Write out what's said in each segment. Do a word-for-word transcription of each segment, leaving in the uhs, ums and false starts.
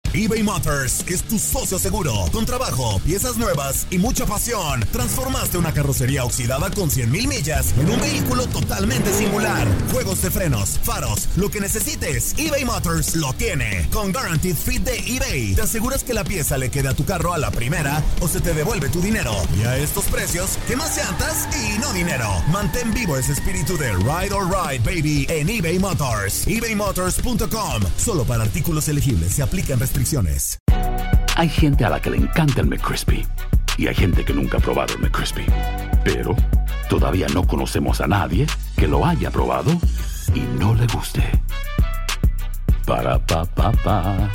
eBay Motors es tu socio seguro. Con trabajo, piezas nuevas y mucha pasión, transformaste una carrocería oxidada con cien mil millas en un vehículo totalmente singular. Juegos de frenos, faros, lo que necesites, eBay Motors lo tiene. Con Guaranteed Fit de eBay, te aseguras que la pieza le quede a tu carro a la primera o se te devuelve tu dinero. Y a estos precios, ¿qué más llantas y no dinero? Mantén vivo ese espíritu de Ride or Ride, baby, en eBay Motors. ebay motors punto com. Solo para artículos elegibles se aplican restricciones. Hay gente a la que le encanta el McCrispy y hay gente que nunca ha probado el McCrispy. Pero todavía no conocemos a nadie que lo haya probado y no le guste. Para pa pa pa.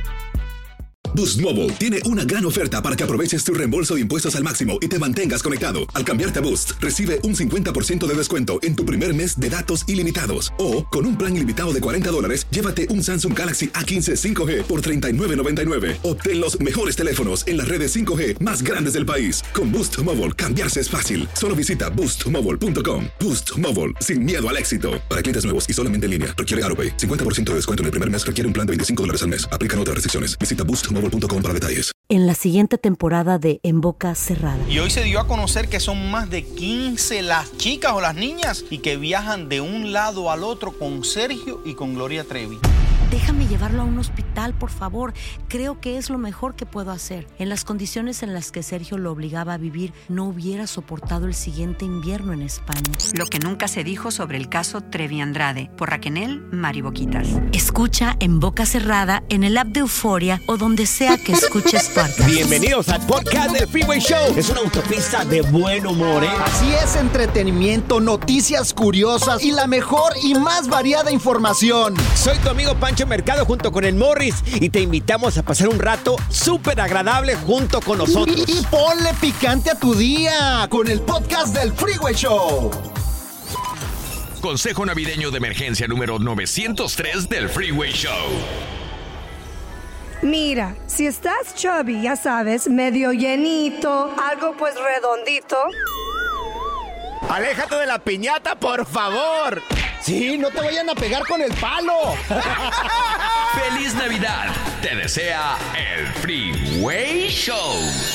Boost Mobile tiene una gran oferta para que aproveches tu reembolso de impuestos al máximo y te mantengas conectado. Al cambiarte a Boost, recibe un cincuenta por ciento de descuento en tu primer mes de datos ilimitados. O, con un plan ilimitado de cuarenta dólares, llévate un Samsung Galaxy A quince cinco G por treinta y nueve noventa y nueve. Obtén los mejores teléfonos en las redes cinco G más grandes del país. Con Boost Mobile, cambiarse es fácil. Solo visita boost mobile punto com. Boost Mobile, sin miedo al éxito. Para clientes nuevos y solamente en línea, requiere AutoPay. cincuenta por ciento de descuento en el primer mes requiere un plan de veinticinco dólares al mes. Aplican otras restricciones. Visita boost mobile punto com para detalles. En la siguiente temporada de En Boca Cerrada. Y hoy se dio a conocer que son más de quince las chicas o las niñas y que viajan de un lado al otro con Sergio y con Gloria Trevi. Déjame llevarlo a un hospital, por favor. Creo que es lo mejor que puedo hacer. En las condiciones en las que Sergio lo obligaba a vivir, no hubiera soportado el siguiente invierno en España. Lo que nunca se dijo sobre el caso Trevi Andrade, por Raquel Mariboquitas. Escucha En Boca Cerrada, en el app de Euforia o donde sea que escuches podcast. Bienvenidos al podcast del Freeway Show. Es una autopista de buen humor, ¿eh? Así es, entretenimiento, noticias curiosas y la mejor y más variada información. Soy tu amigo Pancho Mercado junto con el Morris y te invitamos a pasar un rato súper agradable junto con nosotros. Y, y ponle picante a tu día con el podcast del Freeway Show. Consejo navideño de emergencia número novecientos tres del Freeway Show. Mira, si estás chubby, ya sabes, medio llenito, algo pues redondito. ¡Aléjate de la piñata, por favor! Sí, no te vayan a pegar con el palo. ¡Feliz Navidad! Te desea el Freeway Show.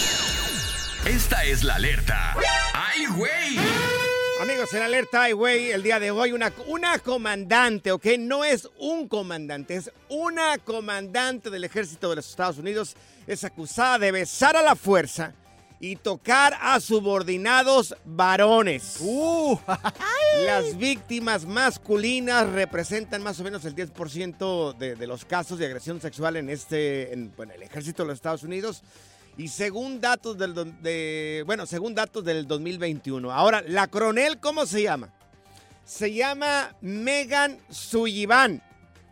Esta es la alerta. ¡Ay, güey! Amigos, en alerta, ay, güey, el día de hoy una, una comandante, ¿ok? No es un comandante, es una comandante del ejército de los Estados Unidos. Es acusada de besar a la fuerza y tocar a subordinados varones. Uh. Las víctimas masculinas representan más o menos el diez por ciento de, de los casos de agresión sexual en este, en, bueno, el ejército de los Estados Unidos. Y según datos del, de, bueno, según datos del dos mil veintiuno. Ahora, la coronel, ¿cómo se llama? Se llama Megan Sullivan.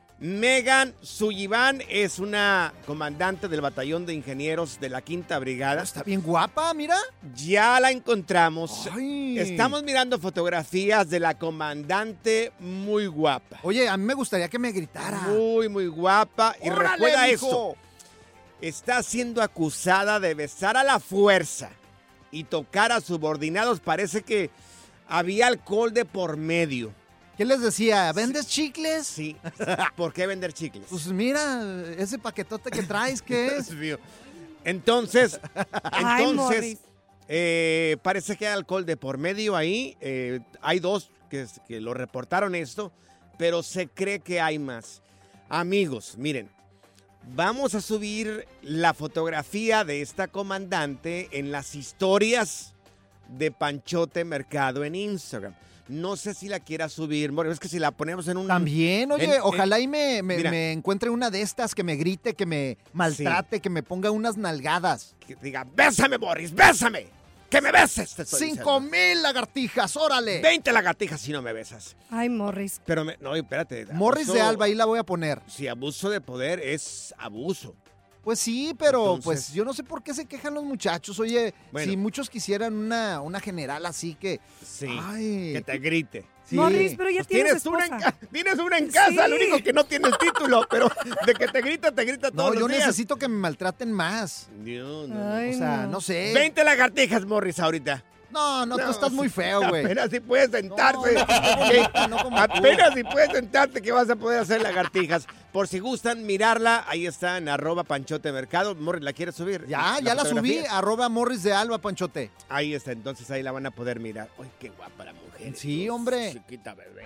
Megan Sullivan es una comandante del batallón de ingenieros de la Quinta Brigada. Está bien guapa, mira. Ya la encontramos. Ay. Estamos mirando fotografías de la comandante muy guapa. Oye, a mí me gustaría que me gritara. Muy, muy guapa. Y ¡Órale, recuerda mijo! esto. Está siendo acusada de besar a la fuerza y tocar a subordinados. Parece que había alcohol de por medio. ¿Qué les decía? ¿Vendes chicles? Sí. ¿Por qué vender chicles? Pues mira, ese paquetote que traes, ¿qué es? Dios mío. Entonces, Ay, entonces eh, parece que hay alcohol de por medio ahí. Eh, hay dos que, que lo reportaron esto, pero se cree que hay más. Amigos, miren, vamos a subir la fotografía de esta comandante en las historias de Panchote Mercado en Instagram. No sé si la quiera subir, bueno, es que si la ponemos en un... También, oye, en, ojalá en, y me, me, mira, me encuentre una de estas que me grite, que me maltrate, sí, que me ponga unas nalgadas. Que diga, bésame, Morris, bésame, que me beses. Te estoy Cinco diciendo. mil lagartijas, órale. Veinte lagartijas si no me besas. Ay, Morris. Pero, me, no, espérate. Morris abuso, de Alba, ahí la voy a poner. Si abuso de poder es abuso. Pues sí, pero Entonces, pues yo no sé por qué se quejan los muchachos. Oye, bueno, si muchos quisieran una, una general así que... Sí, ay, que te grite. Sí. Morris, pero ya Pues tienes, tienes una esposa. en ca- tienes una en casa, Sí. lo único que no tiene el título, pero de que te grita, te grita todos No, yo los días. necesito que me maltraten más. Dios, no, Ay, o sea, no. no sé. Veinte lagartijas, Morris, ahorita. No, no, No, tú estás muy feo, güey. Apenas si puedes sentarte. No, no, ¿Qué? no, no como tú. Apenas si puedes sentarte que vas a poder hacer lagartijas. Por si gustan mirarla, ahí está en arroba Panchote Mercado. Morris, ¿la quieres subir? Ya, ya la subí, fotografía? arroba Morris de Alba, Panchote. Ahí está, entonces ahí la van a poder mirar. Uy, qué guapa la mujer. Sí, hombre. Chiquita bebé.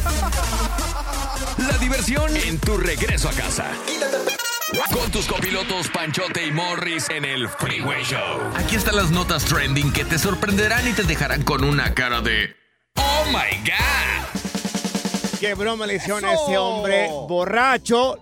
La diversión en tu regreso a casa. Con tus copilotos Panchote y Morris en el Freeway Show. Aquí están las notas trending que te sorprenderán y te dejarán con una cara de ¡Oh, my God! Qué broma le hicieron a ¡Eso! este hombre borracho.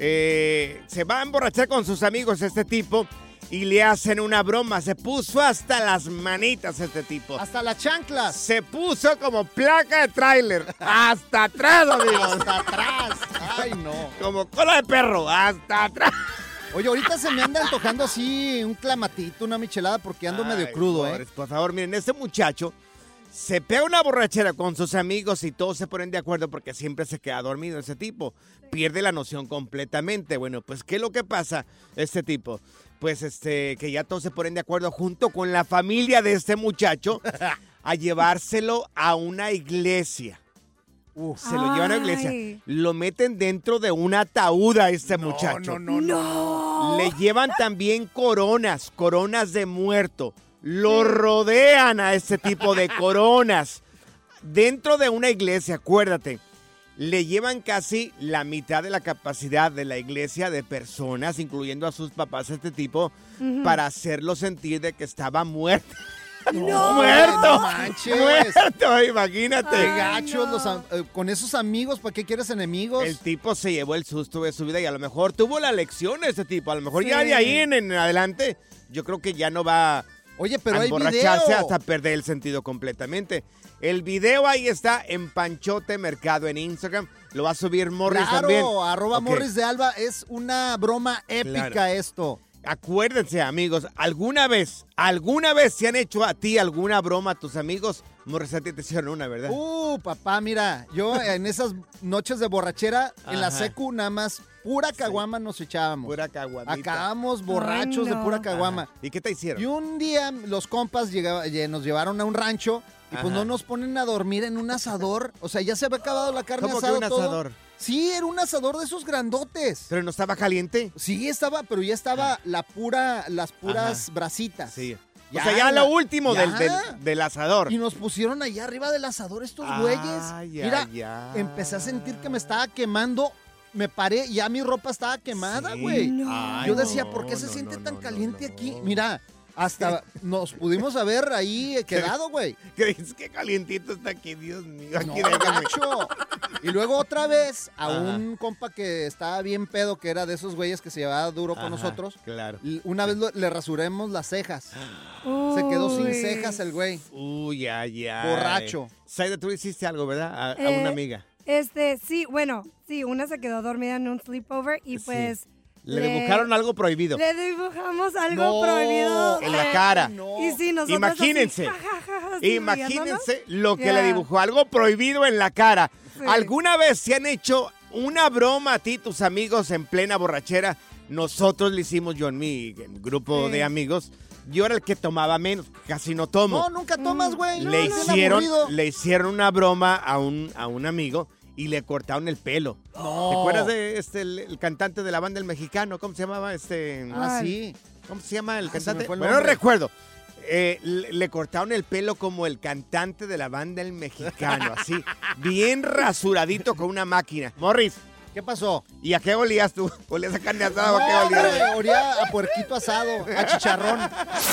Eh, se va a emborrachar con sus amigos este tipo y le hacen una broma. Se puso hasta las manitas este tipo. Hasta las chanclas. Se puso como placa de tráiler. Hasta atrás, amigos. Hasta atrás. Ay, no. Como cola de perro. Hasta atrás. Oye, ahorita se me anda antojando así un clamatito, una michelada, porque ando Ay, medio crudo, pobres, ¿eh? Por favor, miren, este muchacho se pega una borrachera con sus amigos y todos se ponen de acuerdo porque siempre se queda dormido ese tipo. Pierde la noción completamente. Bueno, pues, ¿qué es lo que pasa este tipo? Pues, este, que ya todos se ponen de acuerdo junto con la familia de este muchacho a llevárselo a una iglesia. Uh, se lo llevan a una iglesia. Ay. Lo meten dentro de un ataúd a este muchacho. No, no, No. Le llevan también coronas, coronas de muerto. Lo rodean a este tipo de coronas. Dentro de una iglesia, acuérdate. Le llevan casi la mitad de la capacidad de la iglesia de personas, incluyendo a sus papás, este tipo, Ujú. para hacerlo sentir de que estaba muerto. No. ¡Muerto! No manches. ¡Muerto! Imagínate. Qué Ay, gachos no. los am- eh, con esos amigos, ¿para qué quieres enemigos? El tipo se llevó el susto de su vida y a lo mejor tuvo la lección ese tipo. A lo mejor ya Sí. de ahí en, en adelante, yo creo que ya no va Oye, pero a hay video. emborracharse hasta perder el sentido completamente. El video ahí está en Panchote Mercado en Instagram. Lo va a subir Morris Claro, también. arroba Ok. Morris de Alba. Es una broma épica Claro. esto. Acuérdense, amigos, alguna vez, alguna vez se han hecho a ti alguna broma a tus amigos. Morris, a ti te hicieron una, ¿verdad? Uh, papá, mira, yo en esas noches de borrachera, en la Ajá. secu nada más, pura caguama nos echábamos. Pura caguamita. Acabamos borrachos Ay, de no. pura caguama. Ajá. ¿Y qué te hicieron? Y un día los compas llegaba- lle- nos llevaron a un rancho y pues Ajá. no nos ponen a dormir en un asador. O sea, ya se había acabado la carne ¿Cómo que asada. un todo. asador? Sí, era un asador de esos grandotes. ¿Pero no estaba caliente? Sí, estaba, pero ya estaba la pura, las puras Ajá. brasitas. Sí. Ya, o sea, ya la- lo último ya. del, del, del asador. Y nos pusieron allá arriba del asador estos Ay, güeyes. ay, Mira, ay. empecé a sentir que me estaba quemando. Me paré, ya mi ropa estaba quemada, Sí. güey. Ay, Yo decía, no, ¿por qué se no, siente no, tan no, caliente no, aquí? no. Mira, hasta nos pudimos haber ahí eh, quedado, güey. ¿Qué dices? Qué calientito está aquí, Dios mío. Aquí No, déjame. gacho. Y luego otra vez a Ajá. un compa que estaba bien pedo, que era de esos güeyes que se llevaba duro con Ajá, nosotros. Claro. l- Una vez lo- le rasuremos las cejas. Se quedó sin Uy. cejas el güey. Uy, ay, ay. Borracho. Saida, tú hiciste algo, ¿verdad? A, a Eh, una amiga. Este, sí, bueno, sí, una se quedó dormida en un sleepover y Sí. pues... Le dibujaron algo prohibido. Le dibujamos algo No, prohibido. En la eh, cara. No. Y sí, nosotros Imagínense. así, ja, ja, ja, ja, así Imagínense lo que Ya. le dibujó, algo prohibido en la cara. Sí. ¿Alguna vez se han hecho una broma a ti, tus amigos, en plena borrachera? Nosotros le hicimos, yo en mi grupo Sí. de amigos. Yo era el que tomaba menos, casi no tomo. No, nunca tomas, güey. le, No, no, hicieron, aburrido. le hicieron una broma a un, a un amigo y le cortaron el pelo. No. ¿Te acuerdas de este, el, el cantante de la banda El Mexicano? ¿Cómo se llamaba? Este, Ah, sí. ¿Cómo se llama el Ah, se me cantante? fue el Bueno, no nombre. recuerdo. Eh, le, le cortaron el pelo como el cantante de la banda El Mexicano, así, bien rasuradito con una máquina. Morris, ¿Qué pasó? ¿y a qué olías tú? ¿Olías a carne asada o a qué No, olías? hombre, olía a puerquito asado, a chicharrón.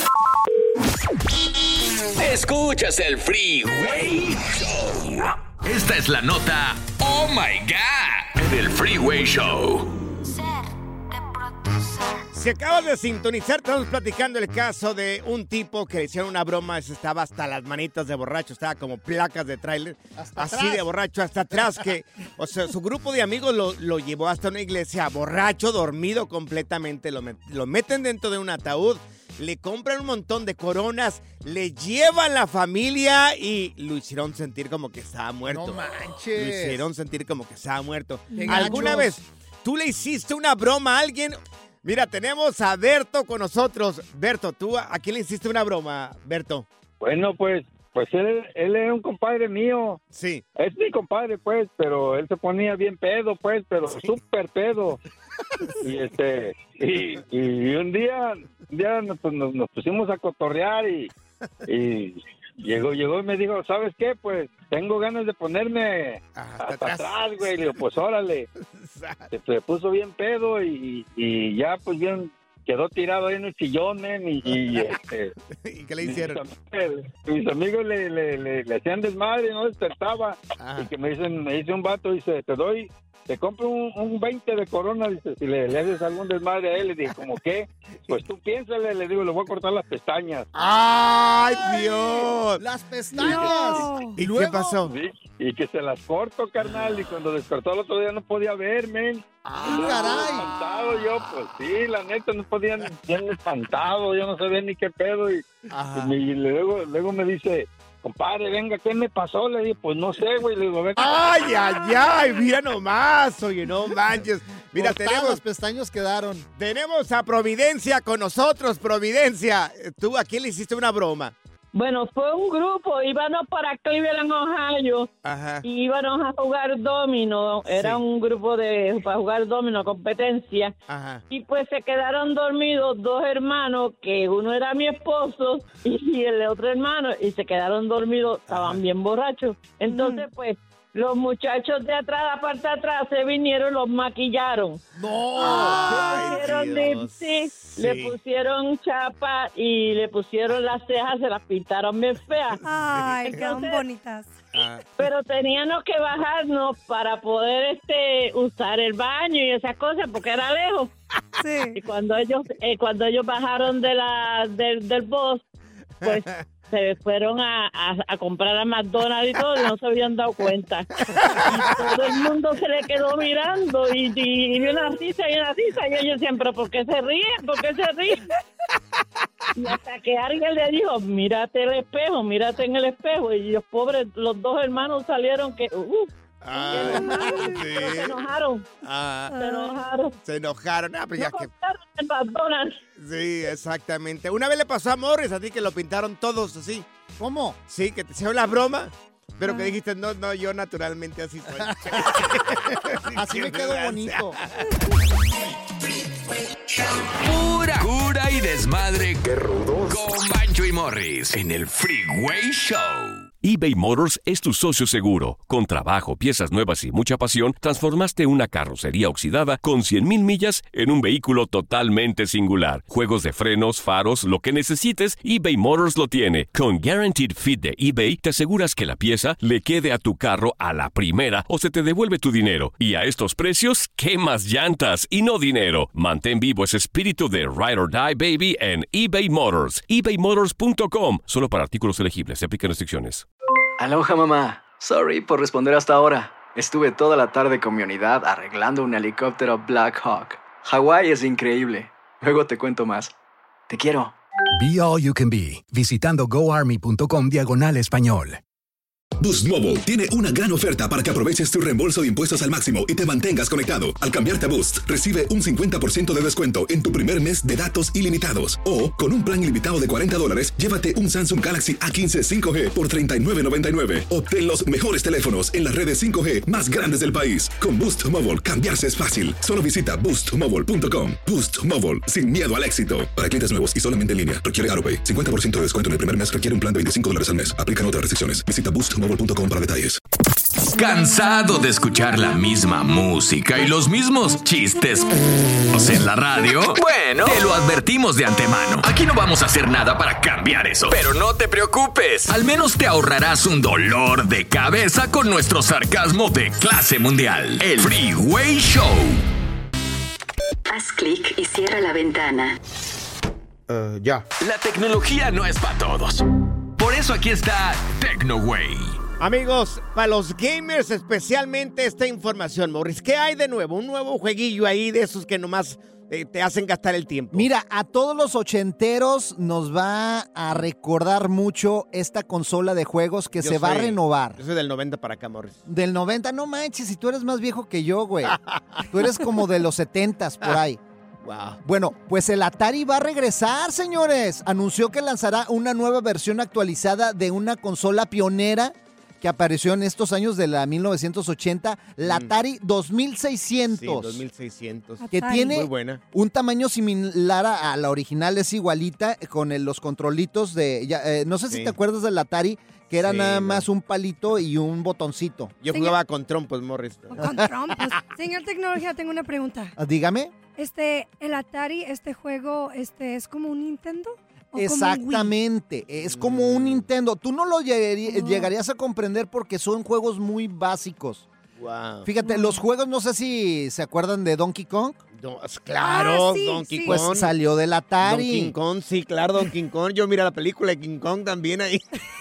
Escuchas el Freeway Show. Esta es la nota Oh My God del Freeway Show. Si acabas de sintonizar, estamos platicando el caso de un tipo que le hicieron una broma, se estaba hasta las manitas de borracho, estaba como placas de tráiler, Hasta así atrás. de borracho, hasta atrás, que, o sea, su grupo de amigos lo, lo llevó hasta una iglesia, borracho, dormido completamente, lo, met- lo meten dentro de un ataúd, le compran un montón de coronas, le llevan la familia y lo hicieron sentir como que estaba muerto. No manches. Lo hicieron sentir como que estaba muerto. Qué ¿Alguna gachos. vez tú le hiciste una broma a alguien? Mira, tenemos a Berto con nosotros. Berto, ¿tú a a quién le hiciste una broma, Berto? Bueno, pues, pues él, él es un compadre mío. Sí. Es mi compadre, pues, pero él se ponía bien pedo, pues, pero sí. súper pedo. Y este, y, y un día, un día nos, nos, nos pusimos a cotorrear y, y llegó, llegó y me dijo, ¿sabes qué? Pues tengo ganas de ponerme hasta, hasta atrás, atrás, güey. Le digo, pues órale. Se, se puso bien pedo y, y ya, pues bien, quedó tirado ahí en el sillón, men, y, y este... ¿Y qué le hicieron? Mis, mis amigos le, le, le, le hacían desmadre y no despertaba. Ajá. Y que me dicen, me dice un vato, dice, te doy, te compro un, un veinte de Corona, dice, si le, le haces algún desmadre a él. Le dije, ¿cómo qué? Pues tú piénsale, le digo, le voy a cortar las pestañas. ¡Ay, Dios! ¡Las pestañas! No. ¿Y, ¿Y qué pasó? Sí, y que se las corto, carnal, y cuando despertó el otro día no podía ver, men. ¡Ah, caray! Espantado yo, pues sí, la neta, no podían, bien espantado, yo no sabía ni qué pedo, y, y, y luego, luego me dice, compadre, venga, ¿qué me pasó? Le dije, pues no sé, güey, le digo, venga. ¡Ay, ay, ay! Mira nomás, oye, no manches. Mira, Cortadas, tenemos... los pestaños quedaron. Tenemos a Providencia con nosotros, Providencia. ¿Tú a quién le hiciste una broma? Bueno, fue un grupo, íbamos para Cleveland, Ohio, Ajá. y íbamos a jugar domino, era sí. un grupo de para jugar domino, competencia, Ajá. y pues se quedaron dormidos dos hermanos, que uno era mi esposo y el otro hermano, y se quedaron dormidos, estaban Ajá. bien borrachos, entonces mm. pues los muchachos de atrás, la parte de atrás, se vinieron, los maquillaron. ¡No! Le pusieron lipstick, sí. le pusieron chapa y le pusieron las cejas, se las pintaron bien feas. Ay, quedan bonitas. Ah. Pero teníamos que bajarnos para poder este usar el baño y esas cosas, porque era lejos. Sí. Y cuando ellos, eh, cuando ellos bajaron de la, del, del bus, pues... se fueron a, a, a comprar a McDonald's y todo y no se habían dado cuenta. Y todo el mundo se le quedó mirando y, y, y una risa y una risa. Y ellos siempre, ¿por qué se ríen? ¿Por qué se ríen? Y hasta que alguien le dijo, mírate el espejo, mírate en el espejo. Y los pobres, los dos hermanos salieron que... Uh, Ah, se enojaron, sí. se enojaron. Ah, se enojaron. Se enojaron. Ah, pero ya no que... en McDonald's. Sí, exactamente. Una vez le pasó a Morris a ti que lo pintaron todos así. ¿Cómo? Sí, que te hicieron la broma, pero ah. que dijiste, no, no, yo naturalmente así soy. Así me quedo bonito. Pura cura y desmadre. ¡Qué rudos! Con Bancho y Morris en el Freeway Show. eBay Motors es tu socio seguro. Con trabajo, piezas nuevas y mucha pasión, transformaste una carrocería oxidada con cien mil millas en un vehículo totalmente singular. Juegos de frenos, faros, lo que necesites, eBay Motors lo tiene. Con Guaranteed Fit de eBay, te aseguras que la pieza le quede a tu carro a la primera o se te devuelve tu dinero. Y a estos precios, ¿quemas llantas y no dinero? Mantén vivo ese espíritu de Ride or Die, baby, en eBay Motors. ebay motors punto com. Solo para artículos elegibles. Se aplican restricciones. Aloha, mamá. Sorry por responder hasta ahora. Estuve toda la tarde con mi unidad arreglando un helicóptero Black Hawk. Hawái es increíble. Luego te cuento más. Te quiero. Be All You Can Be, visitando goarmy.com diagonal español. Boost Mobile tiene una gran oferta para que aproveches tu reembolso de impuestos al máximo y te mantengas conectado. Al cambiarte a Boost, recibe un cincuenta por ciento de descuento en tu primer mes de datos ilimitados. O, con un plan ilimitado de cuarenta dólares, llévate un Samsung Galaxy A quince cinco G por treinta y nueve noventa y nueve. Obtén los mejores teléfonos en las redes cinco G más grandes del país. Con Boost Mobile, cambiarse es fácil. Solo visita boost mobile punto com. Boost Mobile, sin miedo al éxito. Para clientes nuevos y solamente en línea, requiere AutoPay. cincuenta por ciento de descuento en el primer mes requiere un plan de veinticinco dólares al mes. Aplican otras restricciones. Visita boost mobile punto com para detalles. ¿Cansado de escuchar la misma música y los mismos chistes en la radio? Bueno, te lo advertimos de antemano. Aquí no vamos a hacer nada para cambiar eso. Pero no te preocupes. Al menos te ahorrarás un dolor de cabeza con nuestro sarcasmo de clase mundial. El Freeway Show. Haz clic y cierra la ventana. Uh, ya. La tecnología no es para todos. Por eso aquí está TecnoWay. Amigos, para los gamers especialmente esta información, Morris. ¿Qué hay de nuevo? Un nuevo jueguillo ahí de esos que nomás eh, te hacen gastar el tiempo. Mira, a todos los ochenteros nos va a recordar mucho esta consola de juegos que yo se soy, va a renovar. Yo soy del noventa para acá, Morris. Del noventa, no manches, si tú eres más viejo que yo, güey. Tú eres como de los setentas por ahí. Wow. Bueno, pues el Atari va a regresar, señores. Anunció que lanzará una nueva versión actualizada de una consola pionera que apareció en estos años de la mil novecientos ochenta, la Atari dos mil seiscientos. Sí, dos mil seiscientos. Que tiene Muy buena. un tamaño similar a, a la original, es igualita, con el- los controlitos de... ya, eh, no sé si Sí. te acuerdas del Atari, que era Sí, nada güey. más un palito y un botoncito. Yo Señor- jugaba con trompos, Morris. Con trompos. Señor Tecnología, tengo una pregunta. Ah, Dígame. Este, el Atari, este juego, este, ¿es como un Nintendo? ¿O como un Wii? Exactamente, es como un Nintendo. Tú no lo llegarí- llegarías a comprender porque son juegos muy básicos. Wow. Fíjate, los juegos, no sé si se acuerdan de Donkey Kong. Do- claro, Ah, sí, Donkey sí. Kong. Pues salió del Atari. Donkey Kong, sí, claro, Donkey Kong. Yo mira la película de King Kong también ahí.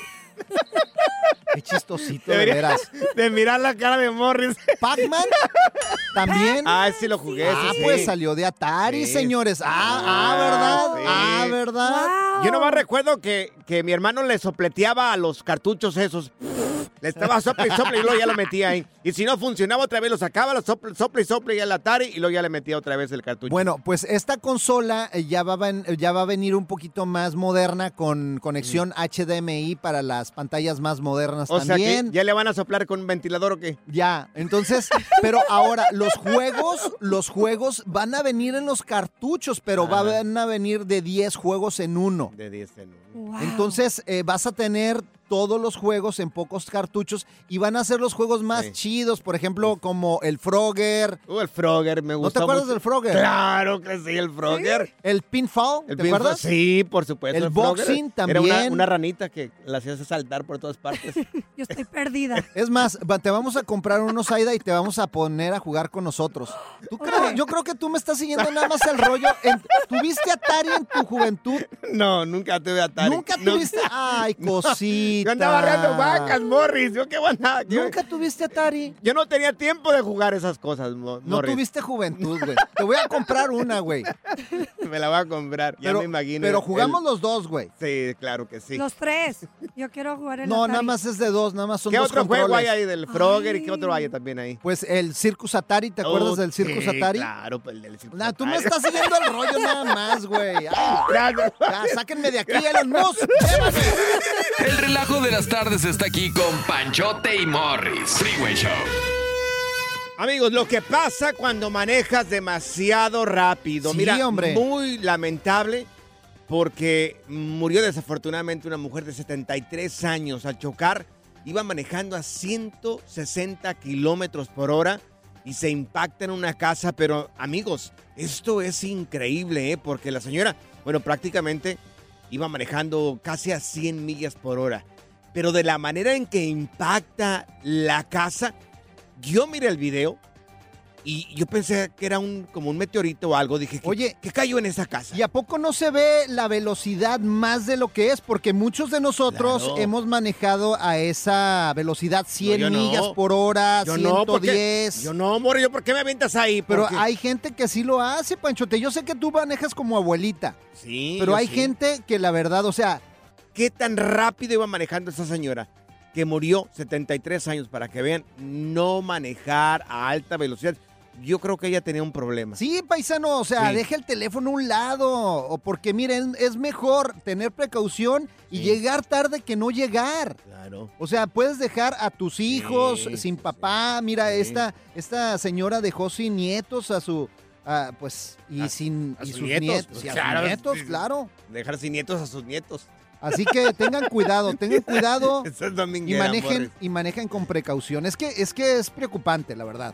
Qué chistosito, de Debería- veras. De mirar la cara de Morris. Pac-Man también. Ah, sí lo jugué. Ah, ese sí. pues salió de Atari, Sí. señores. Ah, ah, ¿verdad? Sí. Ah, ¿verdad? Yo nomás recuerdo que, que mi hermano le sopleteaba a los cartuchos esos. Le estaba sople y sople y luego ya lo metía ahí. Y si no funcionaba otra vez, lo sacaba, lo sople, sople y sople y al Atari y luego ya le metía otra vez el cartucho. Bueno, pues esta consola eh, ya va, a ven- ya va a venir un poquito más moderna con conexión H D M I para las pantallas más modernas o sea también. que ya le van a soplar con un ventilador o qué. Ya, entonces, pero ahora los juegos, los juegos van a venir en los cartuchos, pero Ajá. van a venir de diez juegos en uno. De diez en uno. Wow. Entonces eh, vas a tener todos los juegos en pocos cartuchos y van a ser los juegos más Sí. chidos, por ejemplo, como el Frogger. Uh, el Frogger me ¿No gustó te acuerdas mucho. del Frogger? Claro que sí, el Frogger. El Pinfall, El ¿te pinfall, acuerdas? Sí, por supuesto. El Frogger boxing Era una, también. una ranita que la hacías saltar por todas partes. Yo estoy perdida. Es más, va- te vamos a comprar unos Aida y te vamos a poner a jugar con nosotros. ¿Tú crees? Yo creo que tú me estás siguiendo nada más el rollo. En- ¿Tuviste Atari en tu juventud? No, nunca tuve Atari. ¿Nunca No. tuviste? Ay, cosita. Yo andaba arreando vacas, Morris. Yo qué buena. yo- ¿Nunca tuviste Atari? Yo no tenía tiempo de jugar esas cosas, Mo- No Morris. tuviste juventud, güey. Te voy a comprar una, güey. Me la voy a comprar, ya Pero, me imagino. pero el- jugamos los dos, güey. Sí, claro que sí. Los tres. Yo quiero jugar el No, Atari. nada más es de dos, nada más son ¿Qué dos otro juego hay controles. ahí del Frogger y qué otro hay también ahí? Pues el Circus Atari, ¿te acuerdas Oh, del Circus sí, Atari? Claro, pues el del Circus Nah, tú me Atari. estás siguiendo el rollo nada más, güey. Ay, Gracias. ya, sáquenme de aquí, Elon Musk. Llévame. El relajo de las tardes está aquí con Panchote y Morris. Freeway Show. Amigos, lo que pasa cuando manejas demasiado rápido. Sí, Mira, hombre. muy lamentable porque murió desafortunadamente una mujer de setenta y tres años al chocar. Iba manejando a ciento sesenta kilómetros por hora y se impacta en una casa. Pero, amigos, esto es increíble, ¿eh? Porque la señora, bueno, prácticamente iba manejando casi a cien millas por hora. Pero de la manera en que impacta la casa, yo miré el video y yo pensé que era un como un meteorito o algo. Dije, ¿qué, Oye, ¿qué cayó en esa casa? ¿Y a poco no se ve la velocidad más de lo que es? Porque muchos de nosotros Claro. hemos manejado a esa velocidad cien No, yo no. millas por hora, Yo ciento no, porque diez. yo no, amor, ¿yo por qué me avientas ahí? Pero Porque- hay gente que sí lo hace, Panchote. Yo sé que tú manejas como abuelita. Sí, Pero yo hay sí. gente que la verdad, o sea, ¿Qué tan rápido iba manejando esa señora? Que murió setenta y tres años, para que vean, no manejar a alta velocidad. Yo creo que ella tenía un problema. sí, paisano, o sea, Sí. deja el teléfono a un lado. O porque, miren, es mejor tener precaución y Sí. llegar tarde que no llegar. Claro. O sea, puedes dejar a tus hijos Sí, sin sí, papá. Mira, Sí. esta, esta señora dejó sin nietos a su... ah, pues, y A- sin a y sus sus nietos, nietos. pues, y a claro, sus nietos, sí. claro. Dejar sin nietos a sus nietos. Así que tengan cuidado, tengan cuidado Eso es y dominguera, manejen, Morris. y manejen con precaución. Es que, es que es preocupante, la verdad.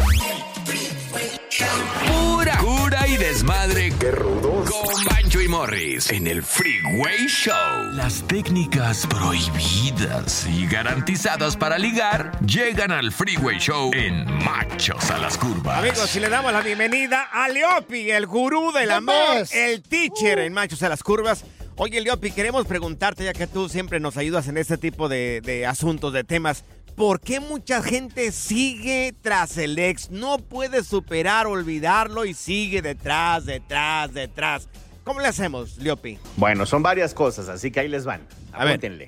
Pura cura y desmadre. ¡Qué rudos! Con Bancho y Morris en el Freeway Show. Las técnicas prohibidas y garantizadas para ligar llegan al Freeway Show en Machos a las Curvas. Amigos, si le damos la bienvenida a Leopi, el gurú del The amor, best. el teacher en Machos a las Curvas. Oye, Leopi, queremos preguntarte, ya que tú siempre nos ayudas en este tipo de, de asuntos, de temas, ¿por qué mucha gente sigue tras el ex? No puede superar, olvidarlo y sigue detrás, detrás, detrás. ¿Cómo le hacemos, Leopi? Bueno, son varias cosas, así que ahí les van. A ver. Apúntenle.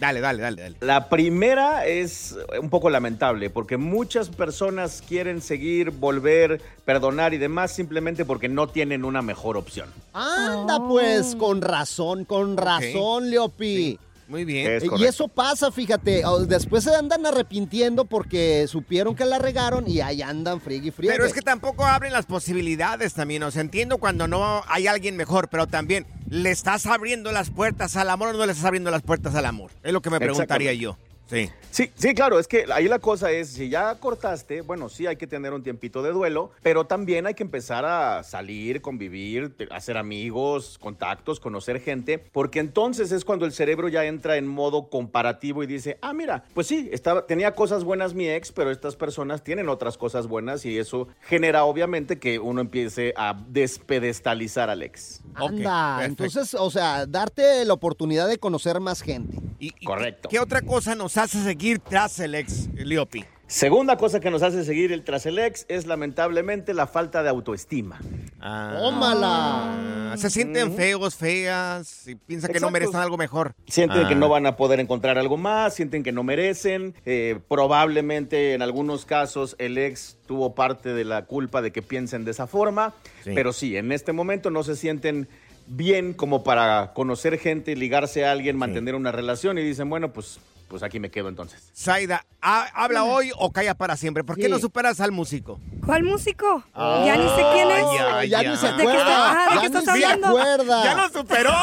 Dale, dale, dale, dale. La primera es un poco lamentable porque muchas personas quieren seguir, volver, perdonar y demás simplemente porque no tienen una mejor opción. Anda, oh. pues, con razón, con razón, okay. Leopi. Sí. Muy bien. Y eso pasa, fíjate, después se andan arrepintiendo porque supieron que la regaron y ahí andan friegue y friegue. Pero es que tampoco abren las posibilidades también, o sea, entiendo cuando no hay alguien mejor, pero también, ¿le estás abriendo las puertas al amor o no le estás abriendo las puertas al amor? Es lo que me preguntaría yo. Sí. Sí, sí, claro, es que ahí la cosa es, si ya cortaste, bueno, sí hay que tener un tiempito de duelo, pero también hay que empezar a salir, convivir, hacer amigos, contactos, conocer gente, porque entonces es cuando el cerebro ya entra en modo comparativo y dice, ah, mira, pues sí, estaba, tenía cosas buenas mi ex, pero estas personas tienen otras cosas buenas y eso genera obviamente que uno empiece a despedestalizar al ex. Anda, okay, entonces, o sea, darte la oportunidad de conocer más gente. Y, y, Correcto. ¿Qué otra cosa nos hace seguir tras el ex, Leopi? Segunda cosa que nos hace seguir el tras el ex es lamentablemente la falta de autoestima. Ah, ¡Tómala! Se sienten mm. feos, feas, y piensan Exacto. que no merecen algo mejor. Sienten ah. que no van a poder encontrar algo más, sienten que no merecen. Eh, probablemente en algunos casos el ex tuvo parte de la culpa de que piensen de esa forma. Sí. Pero sí, en este momento no se sienten bien como para conocer gente, ligarse a alguien, mantener sí. una relación y dicen, bueno, pues... pues aquí me quedo entonces. Zaida, ¿habla hoy o calla para siempre? ¿Por qué sí. no superas al músico? ¿Cuál músico? Ah, ya ni sé quién es. Ya, ya, ya ni se acuerda. ¿De qué, ah, ¿de qué estás hablando? Acuerda. Ya lo superó.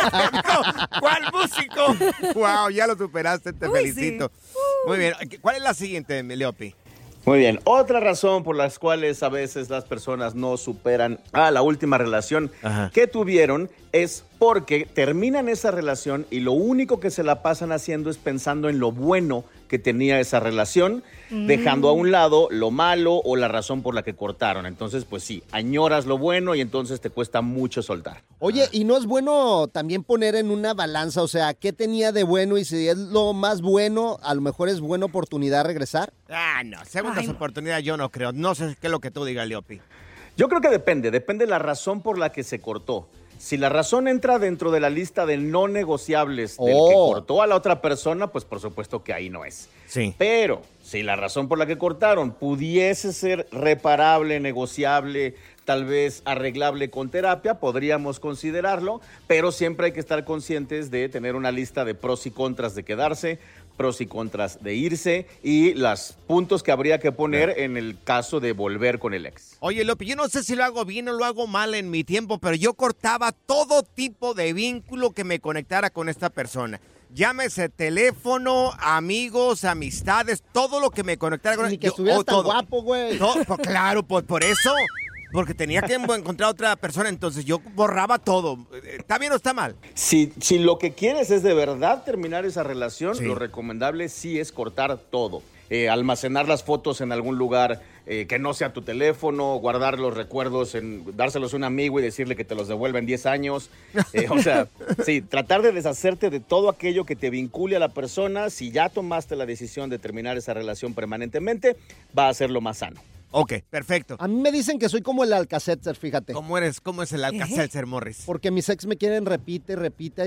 ¿Cuál músico? Wow, ya lo superaste, te Uy, felicito. Sí. Uh. Muy bien. ¿Cuál es la siguiente, Leopi? Muy bien, otra razón por las cuales a veces las personas no superan a la última relación Ajá. que tuvieron es porque terminan esa relación y lo único que se la pasan haciendo es pensando en lo bueno que tenía esa relación, mm. dejando a un lado lo malo o la razón por la que cortaron. Entonces, pues sí, añoras lo bueno y entonces te cuesta mucho soltar. Oye, ¿y no es bueno también poner en una balanza, o sea, qué tenía de bueno y si es lo más bueno, a lo mejor es buena oportunidad regresar? Ah, no, segundas oportunidades yo no creo. No sé qué es lo que tú digas, Leopi. Yo creo que depende, depende de la razón por la que se cortó. Si la razón entra dentro de la lista de no negociables del oh. que cortó a la otra persona, pues por supuesto que ahí no es. Sí. Pero si la razón por la que cortaron pudiese ser reparable, negociable, tal vez arreglable con terapia, podríamos considerarlo, pero siempre hay que estar conscientes de tener una lista de pros y contras de quedarse, pros y contras de irse y los puntos que habría que poner en el caso de volver con el ex. Oye, Leopi, yo no sé si lo hago bien o lo hago mal en mi tiempo, pero yo cortaba todo tipo de vínculo que me conectara con esta persona. Llámese teléfono, amigos, amistades, todo lo que me conectara con... Ni que estuvieras oh, tan todo. guapo, güey. Todo, pues, claro, pues por eso... Porque tenía que encontrar a otra persona, entonces yo borraba todo. ¿Está bien o está mal? Si, si lo que quieres es de verdad terminar esa relación, sí. lo recomendable sí es cortar todo. Eh, almacenar las fotos en algún lugar eh, que no sea tu teléfono, guardar los recuerdos, en, dárselos a un amigo y decirle que te los devuelva en diez años. Eh, o sea, sí, tratar de deshacerte de todo aquello que te vincule a la persona. Si ya tomaste la decisión de terminar esa relación permanentemente, va a ser lo más sano. Ok, perfecto. A mí me dicen que soy como el Alka-Seltzer, fíjate. ¿Cómo eres? ¿Cómo es el Alka-Seltzer, Morris? Porque mis ex me quieren repite, repite y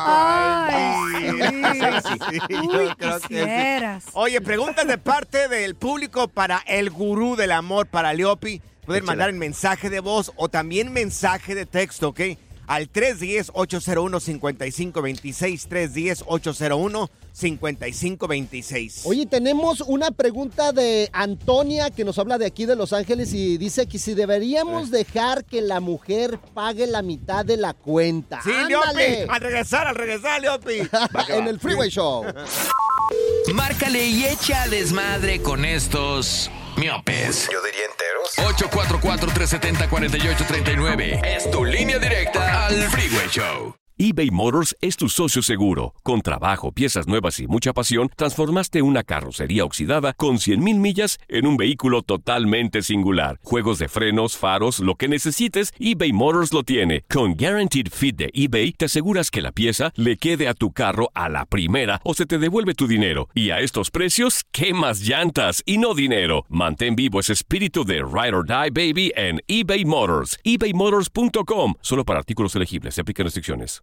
Ay, repite. Ay, sí. sí. sí. Uy, quisieras. Sí. Oye, preguntas de parte del público para el gurú del amor, para Leopi. Pueden Échala. mandar en mensaje de voz o también mensaje de texto, ¿ok? Al tres uno cero, ocho cero uno, cinco cinco dos seis, tres uno cero, ocho cero uno, cinco cinco dos seis. Oye, tenemos una pregunta de Antonia que nos habla de aquí de Los Ángeles y dice que si deberíamos eh. dejar que la mujer pague la mitad de la cuenta. Sí, ¡ándale! Leopi, al regresar, al regresar, Leopi. En el Freeway Show. Márcale y echa desmadre con estos miopes. Yo diría enteros. ocho cuatro cuatro, tres siete cero, cuatro ocho tres nueve. Es tu línea directa al Freeway Show. eBay Motors es tu socio seguro. Con trabajo, piezas nuevas y mucha pasión, transformaste una carrocería oxidada con cien mil millas en un vehículo totalmente singular. Juegos de frenos, faros, lo que necesites, eBay Motors lo tiene. Con Guaranteed Fit de eBay, te aseguras que la pieza le quede a tu carro a la primera o se te devuelve tu dinero. Y a estos precios, ¿qué más llantas y no dinero? Mantén vivo ese espíritu de Ride or Die, baby, en eBay Motors. eBay Motors punto com. Solo para artículos elegibles. Se aplican restricciones.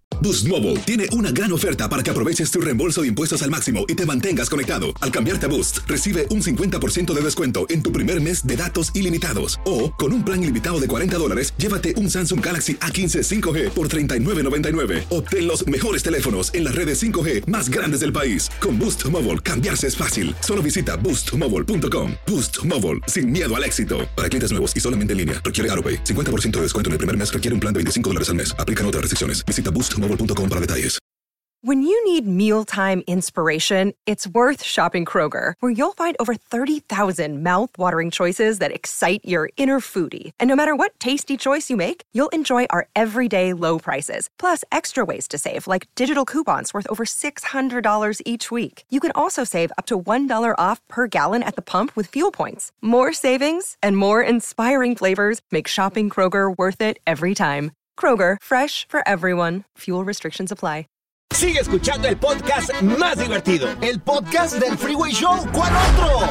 Boost Mobile tiene una gran oferta para que aproveches tu reembolso de impuestos al máximo y te mantengas conectado. Al cambiarte a Boost, recibe un cincuenta por ciento de descuento en tu primer mes de datos ilimitados. O, con un plan ilimitado de cuarenta dólares, llévate un Samsung Galaxy A quince cinco G por treinta y nueve noventa y nueve. Obtén los mejores teléfonos en las redes cinco G más grandes del país. Con Boost Mobile, cambiarse es fácil. Solo visita boost mobile punto com. Boost Mobile, sin miedo al éxito. Para clientes nuevos y solamente en línea, requiere AutoPay. cincuenta por ciento de descuento en el primer mes requiere un plan de veinticinco dólares al mes. Aplican otras restricciones. Visita boost mobile punto com para detalles. When you need mealtime inspiration, it's worth shopping Kroger, where you'll find over thirty thousand mouth-watering choices that excite your inner foodie. And no matter what tasty choice you make, you'll enjoy our everyday low prices, plus extra ways to save, like digital coupons worth over six hundred dollars each week. You can also save up to one dollar off per gallon at the pump with fuel points. More savings and more inspiring flavors make shopping Kroger worth it every time. Kroger, fresh for everyone. Fuel restrictions apply. Sigue escuchando el podcast más divertido. El podcast del Freeway Show. ¿Cuál otro?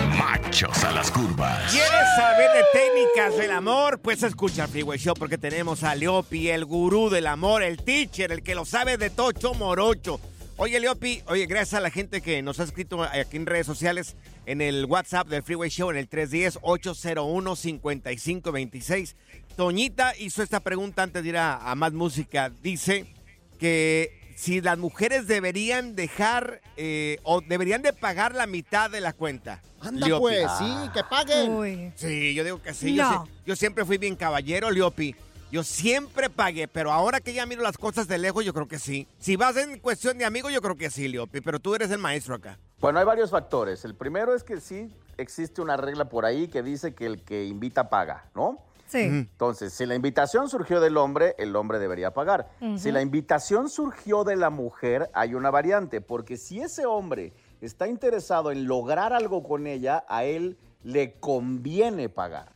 Machos a las curvas. ¿Quieres saber de técnicas del amor? Pues escucha el Freeway Show porque tenemos a Leopi, el gurú del amor, el teacher, el que lo sabe de tocho morocho. Oye, Leopi, oye, gracias a la gente que nos ha escrito aquí en redes sociales, en el WhatsApp del Freeway Show, en el tres uno cero, ocho cero uno, cinco cinco dos seis. Toñita hizo esta pregunta antes de ir a, a más música. Dice que si las mujeres deberían dejar eh, o deberían de pagar la mitad de la cuenta. Anda, Leopi. pues, Ah. sí, que paguen. Uy. Sí, yo digo que sí. No. Yo, sí- yo siempre fui bien caballero, Leopi. Yo siempre pagué, pero ahora que ya miro las cosas de lejos, yo creo que sí. Si vas en cuestión de amigos, yo creo que sí, Leopi, pero tú eres el maestro acá. Bueno, hay varios factores. El primero es que sí existe una regla por ahí que dice que el que invita paga, ¿no? Sí. Entonces, si la invitación surgió del hombre, el hombre debería pagar. Ujú. Si la invitación surgió de la mujer, hay una variante, porque si ese hombre está interesado en lograr algo con ella, a él le conviene pagar.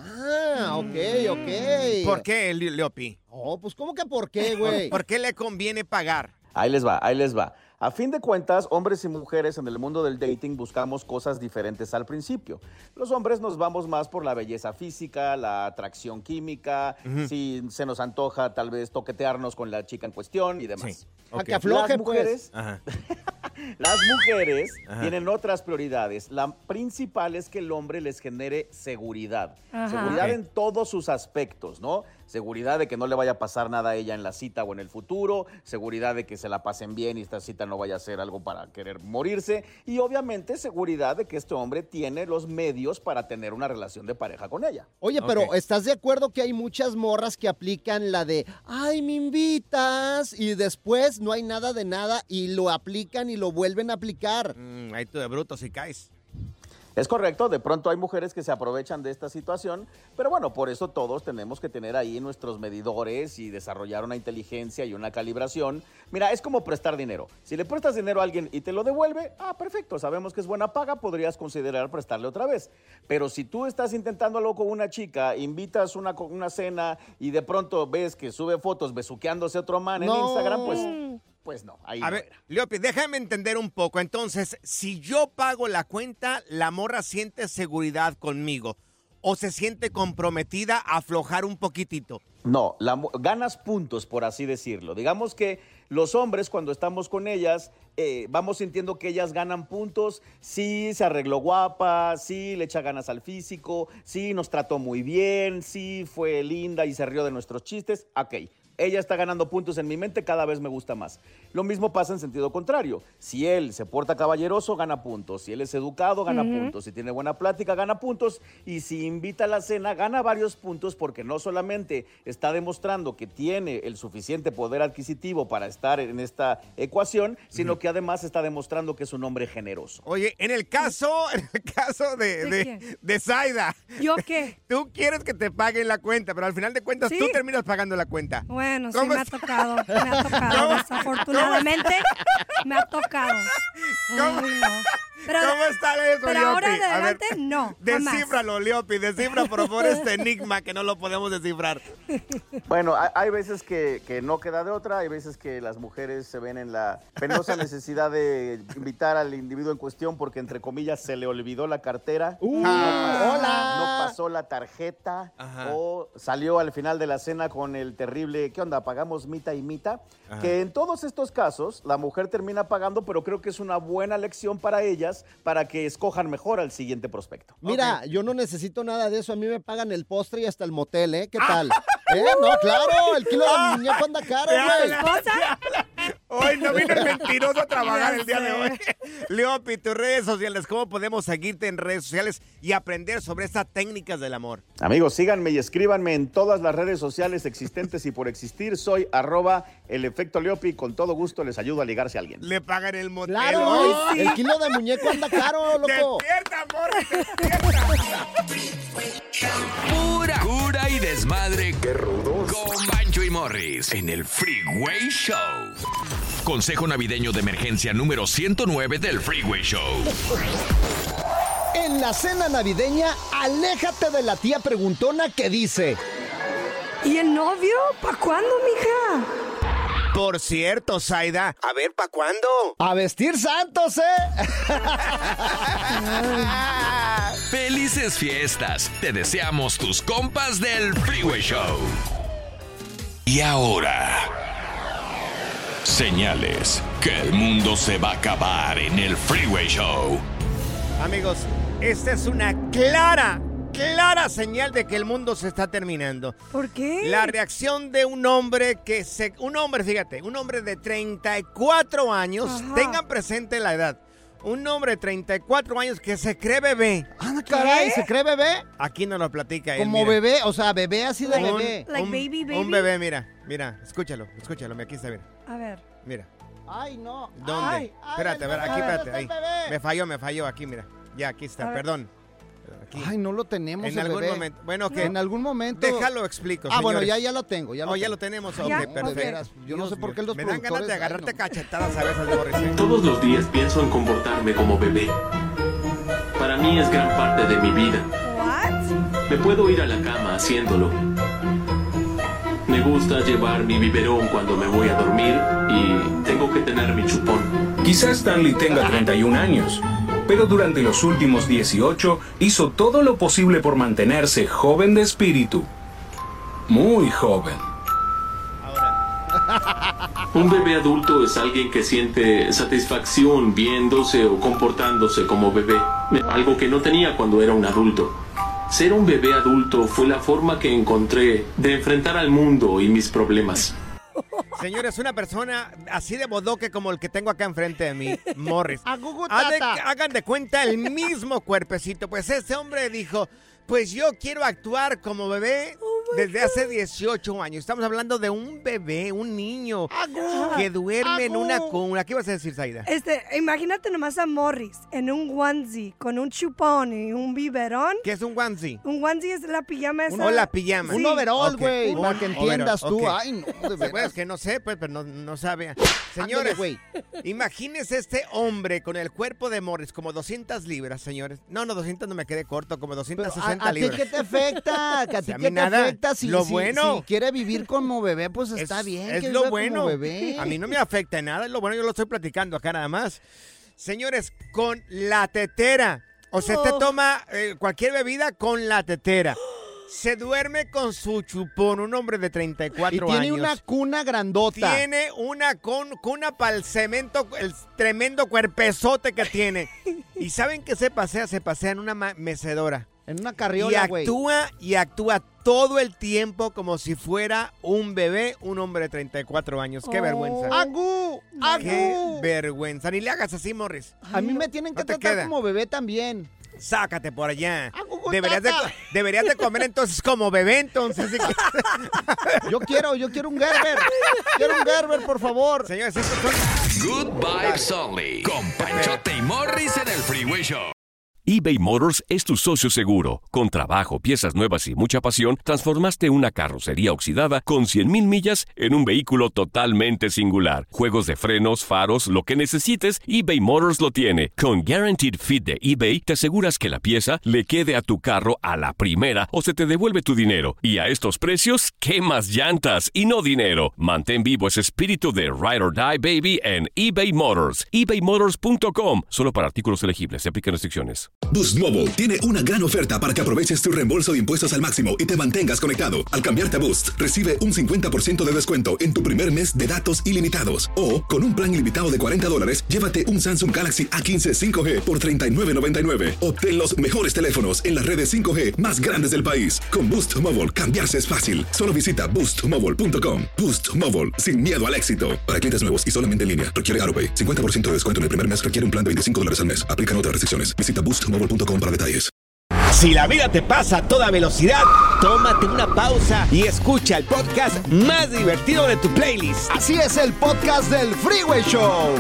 Ah, ok, ok. ¿Por qué, Le- Leopi? Oh, pues ¿cómo que por qué, güey? ¿Por qué le conviene pagar? Ahí les va, ahí les va. A fin de cuentas, hombres y mujeres en el mundo del dating buscamos cosas diferentes al principio. Los hombres nos vamos más por la belleza física, la atracción química, Ujú. si se nos antoja tal vez toquetearnos con la chica en cuestión y demás. Sí. A que afloje, Las mujeres, pues. Ajá. las mujeres Ajá. tienen otras prioridades. La principal es que el hombre les genere seguridad. Ajá. Seguridad Ok. en todos sus aspectos, ¿no? Seguridad de que no le vaya a pasar nada a ella en la cita o en el futuro. Seguridad de que se la pasen bien y esta cita no vaya a ser algo para querer morirse. Y obviamente seguridad de que este hombre tiene los medios para tener una relación de pareja con ella. Oye, pero Ok. ¿estás de acuerdo que hay muchas morras que aplican la de, ay, me invitas? Y después no hay nada de nada y lo aplican y lo vuelven a aplicar. Mm, ahí tú de bruto si caes. Es correcto, de pronto hay mujeres que se aprovechan de esta situación, pero bueno, por eso todos tenemos que tener ahí nuestros medidores y desarrollar una inteligencia y una calibración. Mira, es como prestar dinero. Si le prestas dinero a alguien y te lo devuelve, ah, perfecto, sabemos que es buena paga, podrías considerar prestarle otra vez. Pero si tú estás intentando algo con una chica, invitas una, co- una cena y de pronto ves que sube fotos besuqueándose a otro man en No. Instagram, pues, pues no, ahí A no ver, era. Leopi, déjame entender un poco. Entonces, si yo pago la cuenta, la morra siente seguridad conmigo o se siente comprometida a aflojar un poquitito. No, la mu- ganas puntos, por así decirlo. Digamos que los hombres, cuando estamos con ellas, eh, vamos sintiendo que ellas ganan puntos. Sí, se arregló guapa, sí, le echa ganas al físico, sí, nos trató muy bien, sí, fue linda y se rió de nuestros chistes. Ok, ella está ganando puntos en mi mente, cada vez me gusta más. Lo mismo pasa en sentido contrario. Si él se porta caballeroso, gana puntos. Si él es educado, gana Ujú. puntos. Si tiene buena plática, gana puntos. Y si invita a la cena, gana varios puntos porque no solamente está demostrando que tiene el suficiente poder adquisitivo para estar en esta ecuación, sino que además está demostrando que es un hombre generoso. Oye, en el caso, en el caso de, ¿De de, quién? de Zaida, ¿Yo qué? tú quieres que te paguen la cuenta, pero al final de cuentas Sí. tú terminas pagando la cuenta. Bueno, sí ¿Cómo me ha es? tocado, me ha tocado, ¿Cómo? desafortunadamente me ha tocado. ¿Cómo? Ay, no. Pero, ¿Cómo está eso, pero Leopi? ahora A ver, adelante, no, jamás. Descífralo, Leopi, descifra por favor este enigma que no lo podemos descifrar. Bueno, hay, hay veces que, que no queda de otra, hay veces que las mujeres se ven en la penosa necesidad de invitar al individuo en cuestión porque, entre comillas, se le olvidó la cartera, Uh, no, pasó, hola. no pasó la tarjeta, Ajá. o salió al final de la cena con el terrible, ¿qué onda? ¿Pagamos mitad y mitad? Ajá. Que en todos estos casos la mujer termina pagando, pero creo que es una buena lección para ellas para que escojan mejor al siguiente prospecto. Mira, okay. Yo no necesito nada de eso. A mí me pagan el postre y hasta el motel, ¿eh? ¿Qué tal? ¿Eh? No, claro, el kilo de muñeco anda caro, güey. ¿Esposa? Hoy no vino el mentiroso a trabajar el día de hoy. Leopi, tus redes sociales, ¿cómo podemos seguirte en redes sociales y aprender sobre estas técnicas del amor? Amigos, síganme y escríbanme en todas las redes sociales existentes y por existir. Soy arroba el efecto Leopi. Con todo gusto les ayudo a ligarse a alguien. Le pagan el motel. ¡Claro! ¡Oh! El kilo de muñeco anda caro, loco. ¡Despierta, amor! ¡Despierta! Pura cura y desmadre. ¡Qué rudos! Con Bancho y Morris en el Freeway Show. Consejo navideño de emergencia número ciento nueve del Freeway Show. En la cena navideña, aléjate de la tía preguntona que dice: ¿y el novio? ¿Pa' cuándo, mija? Por cierto, Zaida, a ver, ¿pa' cuándo? A vestir santos, ¿eh? ¡Felices fiestas! Te deseamos tus compas del Freeway Show. Y ahora, señales que el mundo se va a acabar en el Freeway Show. Amigos, esta es una clara, clara señal de que el mundo se está terminando. ¿Por qué? La reacción de un hombre que se... Un hombre, fíjate, un hombre de treinta y cuatro años, Ajá. tengan presente la edad. Un hombre de treinta y cuatro años que se cree bebé. Ah, caray, ¿se cree bebé? Aquí nos lo platica él. Como mira. bebé, o sea, bebé así de Un- bebé. Like un, baby, baby. un bebé, mira, mira, escúchalo, escúchalo, aquí está, mira, A ver. mira. Ay, no. ¿Dónde? Ay, ay, espérate, a ver, el aquí, bebé, espérate, ahí. el bebé. Me falló, me falló, aquí, mira. Ya, aquí A está, ver. perdón. Aquí. Ay, no lo tenemos En el algún bebé. momento. Bueno, ¿qué? En algún momento. Déjalo explico, Ah, bueno, señores. ya, ya lo tengo. Ya lo Oh, ya tengo. lo tenemos, ok, ¿Ya? perfecto. Ok. Veras, yo no Dios sé por mío. qué los Me dan ganas de productores- agarrarte ay, no. cachetadas a veces, Boris. ¿eh? Todos los días pienso en comportarme como bebé. Para mí es gran parte de mi vida. What? Me puedo ir a la cama haciéndolo. Me gusta llevar mi biberón cuando me voy a dormir y tengo que tener mi chupón. Quizás Stanley tenga treinta y un años, pero durante los últimos dieciocho hizo todo lo posible por mantenerse joven de espíritu. Muy joven. Un bebé adulto es alguien que siente satisfacción viéndose o comportándose como bebé, algo que no tenía cuando era un adulto. Ser un bebé adulto fue la forma que encontré de enfrentar al mundo y mis problemas. Señores, una persona así de bodoque como el que tengo acá enfrente de mí, Morris. Agugu, Ha de- tata. hagan de cuenta el mismo cuerpecito. Pues ese hombre dijo, pues yo quiero actuar como bebé desde hace dieciocho años. Estamos hablando de un bebé, un niño que duerme en una cuna. ¿Qué vas a decir, Zaida? Este, imagínate nomás a Morris en un onesie con un chupón y un biberón. ¿Qué es un onesie? Un onesie es la pijama esa. O la pijama. Sí. Un overall, Ok, güey, un para que entiendas overall, tú. ok. Ay, no, de Pues veras. que no sé, pues, pero no, no sabe. Ándale, Señores, güey. imagínense este hombre con el cuerpo de Morris, como doscientas libras, señores. No, no, doscientas no me quedé corto, como doscientas Pero sesenta a, a ti libras. qué te afecta, que a Si ti a qué mí te nada. afecta si, Lo si- bueno. si quiere vivir como bebé, pues está Es- bien Es que lo viva bueno. como bebé. A mí no me afecta en nada, es lo bueno, yo lo estoy platicando acá nada más. Señores, con la tetera. O sea, usted Oh. toma eh, cualquier bebida con la tetera. Se duerme con su chupón, un hombre de treinta y Y cuatro tiene años. una cuna grandota. Tiene una con, cuna para el cemento, el tremendo cuerpezote que tiene. ¿Y saben qué se pasea? Se pasea en una ma- mecedora. En una Y carriola, güey. actúa, y actúa todo el tiempo como si fuera un bebé, un hombre de treinta y cuatro años. ¡Qué Oh. vergüenza! ¡Agú! ¡Qué ¡Agú! vergüenza! Ni le hagas así, Morris. A mí me tienen que No te tratar queda. como bebé también. Sácate por allá. Agú, Deberías de, tata. deberías de comer entonces como bebé, entonces. Así que- Yo quiero, yo quiero un Gerber. Quiero un Gerber, por favor. Señores, estos son... Good vibes only. Con Panchote y Morris en el Freeway Show. eBay Motors es tu socio seguro. Con trabajo, piezas nuevas y mucha pasión, transformaste una carrocería oxidada con cien mil millas en un vehículo totalmente singular. Juegos de frenos, faros, lo que necesites, eBay Motors lo tiene. Con Guaranteed Fit de eBay, te aseguras que la pieza le quede a tu carro a la primera o se te devuelve tu dinero. Y a estos precios, ¿qué más llantas y no dinero? Mantén vivo ese espíritu de Ride or Die, baby, en eBay Motors. ebay motors punto com. Solo para artículos elegibles. Se aplican restricciones. Boost Mobile tiene una gran oferta para que aproveches tu reembolso de impuestos al máximo y te mantengas conectado. Al cambiarte a Boost, recibe un cincuenta por ciento de descuento en tu primer mes de datos ilimitados. O, con un plan ilimitado de cuarenta dólares, llévate un Samsung Galaxy A quince cinco G por treinta y nueve noventa y nueve. Obtén los mejores teléfonos en las redes cinco G más grandes del país. Con Boost Mobile, cambiarse es fácil. Solo visita boost mobile punto com. Boost Mobile, sin miedo al éxito. Para clientes nuevos y solamente en línea, requiere AutoPay. cincuenta por ciento de descuento en el primer mes requiere un plan de veinticinco dólares al mes. Aplican otras restricciones. Visita boost mobile punto com para detalles. Si la vida te pasa a toda velocidad, tómate una pausa y escucha el podcast más divertido de tu playlist. Así es el podcast del Freeway Show.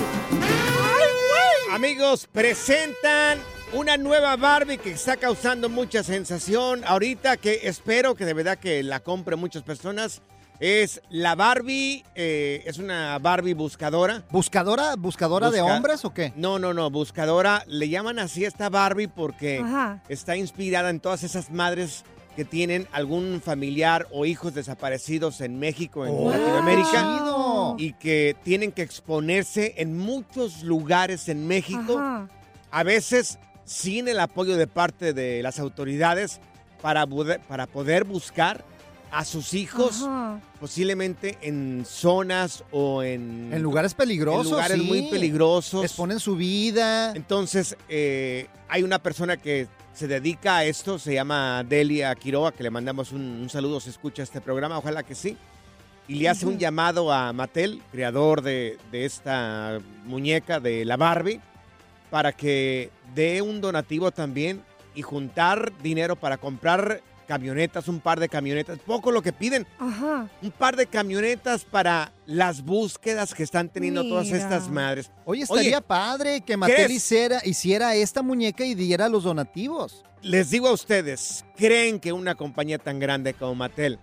Amigos, presentan una nueva Barbie que está causando mucha sensación ahorita, que espero que de verdad que la compren muchas personas. Es la Barbie, eh, es una Barbie buscadora. ¿Buscadora? ¿Buscadora Busca- de hombres o qué? No, no, no, buscadora. Le llaman así a esta Barbie porque Ajá. está inspirada en todas esas madres que tienen algún familiar o hijos desaparecidos en México, en Oh, Latinoamérica. chido. Y que tienen que exponerse en muchos lugares en México. Ajá. A veces sin el apoyo de parte de las autoridades para, poder- para poder buscar a sus hijos, Ajá. posiblemente en zonas o en... En lugares peligrosos, En lugares sí. muy peligrosos. Exponen su vida. Entonces, eh, hay una persona que se dedica a esto, se llama Delia Quiroga, que le mandamos un, un saludo si escucha este programa, ojalá que sí. Y le hace Ujú. un llamado a Mattel, creador de, de esta muñeca de la Barbie, para que dé un donativo también y juntar dinero para comprar camionetas, un par de camionetas, poco lo que piden, Ajá. un par de camionetas para las búsquedas que están teniendo todas Mira. estas madres. Oye, estaría Oye, padre que Mattel ¿crees? hiciera, hiciera esta muñeca y diera los donativos. Les digo a ustedes, ¿creen que una compañía tan grande como Mattel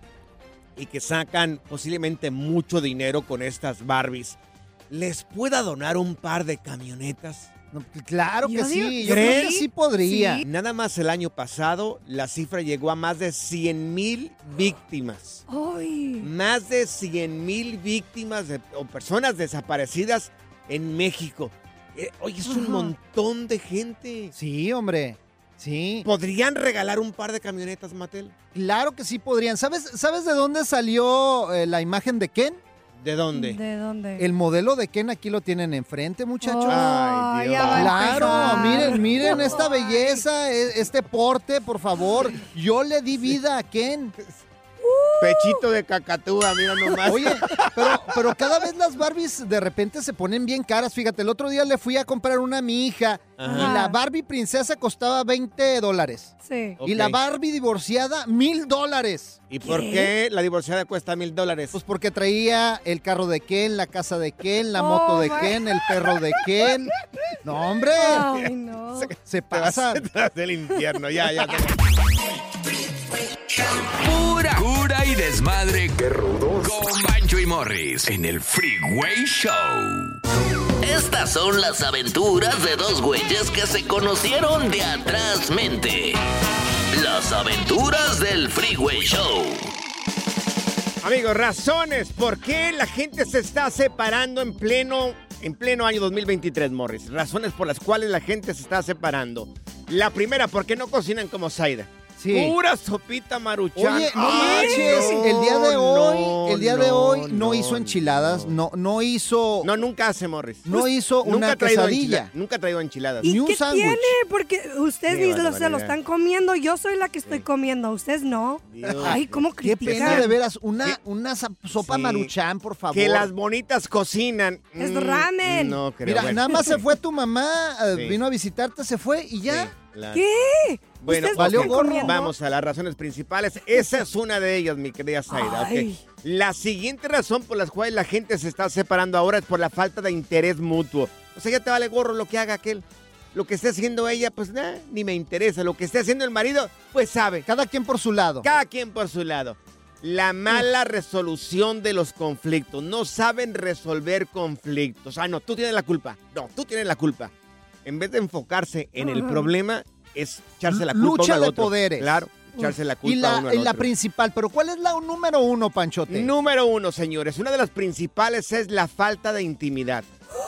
y que sacan posiblemente mucho dinero con estas Barbies, les pueda donar un par de camionetas? No, claro que Yo digo sí, que yo creo ¿creen? que sí podría. Sí. Nada más el año pasado, la cifra llegó a más de cien mil víctimas. Ay. Más de cien mil víctimas de- o personas desaparecidas en México. Eh, oye, es un Ajá. montón de gente. Sí, hombre. Sí. ¿Podrían regalar un par de camionetas, Mattel? Claro que sí podrían. ¿Sabes, ¿sabes de dónde salió eh, la imagen de Ken? ¿De dónde? ¿De dónde? El modelo de Ken aquí lo tienen enfrente, muchachos. Oh, Ay, Dios. ya va a Claro, empezar. miren, miren esta belleza, e- este porte, por favor. Yo le di vida a Ken. Pechito de cacatúa, mira nomás. Oye, pero, pero cada vez las Barbies de repente se ponen bien caras. Fíjate, el otro día le fui a comprar una a mi hija Ajá. y la Barbie princesa costaba veinte dólares. Sí. Ok. Y la Barbie divorciada, mil dólares. ¿Y por qué la divorciada cuesta mil dólares? Pues porque traía el carro de Ken, la casa de Ken, la Oh, moto de my- Ken, el perro de Ken. No, hombre. Ay, no. Se te vas, pasa. te vas del infierno, ya, ya. te- Pura cura y desmadre. ¡Qué rudos! Con Bancho y Morris en el Freeway Show. Estas son las aventuras de dos güeyes que se conocieron de atrás mente. Las aventuras del Freeway Show. Amigos, razones por qué la gente se está separando en pleno, en pleno año dos mil veintitrés, Morris. Razones por las cuales la gente se está separando. La primera, porque no cocinan como Zaida. Sí. Pura sopita maruchan. Oye, no Ay, manches, no, el día de hoy, no, el día de no, hoy no, no, hizo enchiladas, no, no hizo, No, nunca hace, Morris. no hizo Nunca una ha traído quesadilla. enchila- Nunca ha traído enchiladas. Ni ¿Y un qué sándwich. tiene? Porque ustedes Qué ni lo- se lo barbaridad. están comiendo. Yo soy la que estoy comiendo. Ustedes no. Dios. Ay, ¿cómo Qué critican? pena de veras, una, una sa- sopa Sí. maruchan, por favor. Que las bonitas cocinan. Es Mm, ramen. No creo. Mira, bueno. nada más se fue tu mamá, eh, Sí. vino a visitarte, se fue y ya. Sí, claro. ¿Qué? Bueno, ¿Ustedes valió están gorro. comiendo? Vamos a las razones principales. Esa es una de ellas, mi querida Zaida. Ay. ok. La siguiente razón por la cual la gente se está separando ahora es por la falta de interés mutuo. O sea, ya te vale gorro lo que haga aquel. Lo que esté haciendo ella, pues nah, ni me interesa. Lo que esté haciendo el marido, pues sabe. Cada quien por su lado. Cada quien por su lado. La mala resolución de los conflictos. No saben resolver conflictos. Ah, no, tú tienes la culpa. No, tú tienes la culpa. En vez de enfocarse en el problema, es echarse la culpa Lucha uno al de otro. poderes. Claro, echarse la culpa y la, uno al y la otro. principal, pero ¿cuál es la número uno, Panchote? Número uno, señores. Una de las principales es la falta de intimidad.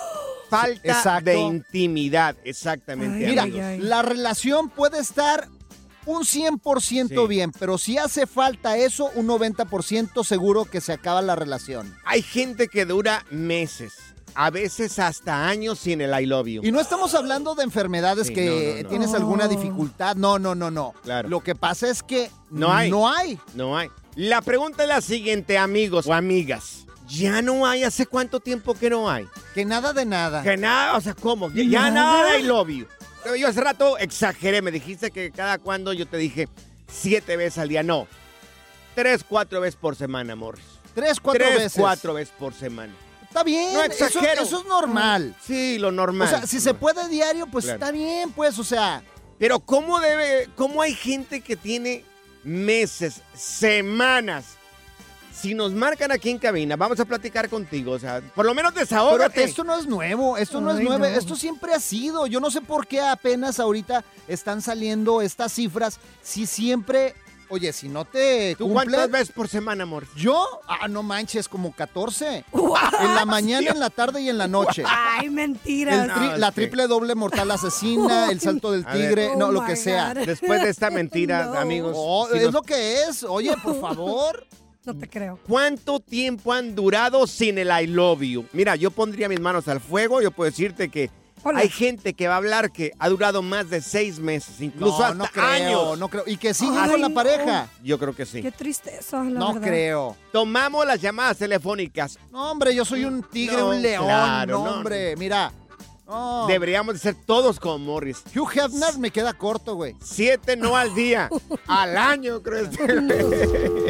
Falta Exacto. de intimidad, exactamente. Mira, amigos. la relación puede estar un cien por ciento Sí. bien, pero si hace falta eso, un noventa por ciento seguro que se acaba la relación. Hay gente que dura meses, a veces hasta años sin el I love you. Y no estamos hablando de enfermedades Sí, que no, no, no. tienes alguna dificultad. No, no, no, no. Claro. Lo que pasa es que No hay. No hay. No hay. La pregunta es la siguiente, amigos o amigas. ¿Ya no hay? ¿Hace cuánto tiempo que no hay? Que nada de nada. Que nada, o sea, ¿cómo? Ya, ya nada de I love you. Pero yo hace rato exageré, me dijiste que cada cuando yo te dije siete veces al día. No, tres, cuatro veces por semana, Morris. Tres, cuatro Tres, veces. cuatro veces por semana. Está bien. No eso- exagero. Eso, es normal. Sí, lo normal. O sea, si se puede diario, pues Claro. está bien, pues, o sea. Pero ¿cómo debe, cómo hay gente que tiene meses, semanas? Si nos marcan aquí en cabina, vamos a platicar contigo, o sea, por lo menos desahógate. Pero esto no es nuevo, esto no Ay, es nuevo, no. esto siempre ha sido. Yo no sé por qué apenas ahorita están saliendo estas cifras. Si siempre, oye, si no te ¿Tú cumple- cuántas veces por semana, amor? ¿Yo? Ah, no manches, como catorce. En la mañana, en la tarde y en la noche. Ay, mentiras. El tri- No, la sí. triple doble mortal asesina, el salto del A ver. tigre, no, Oh lo my que sea. God. Después de esta mentira, No. amigos. Oh, si es nos- lo que es. Oye, por favor. No te creo. ¿Cuánto tiempo han durado sin el I love you? Mira, yo pondría mis manos al fuego, yo puedo decirte que Hola. hay gente que va a hablar que ha durado más de seis meses, incluso No, hasta no creo, años. no creo. Y que sigue Ay, con la no. pareja. Yo creo que sí. Qué tristeza, la No verdad. creo. Tomamos las llamadas telefónicas. No, hombre, yo soy un tigre, No, un león. claro, no, no. hombre, mira. No. Deberíamos de ser todos como Morris. Hugh Hefner me queda corto, güey. Siete no al día, al año, creo. Este.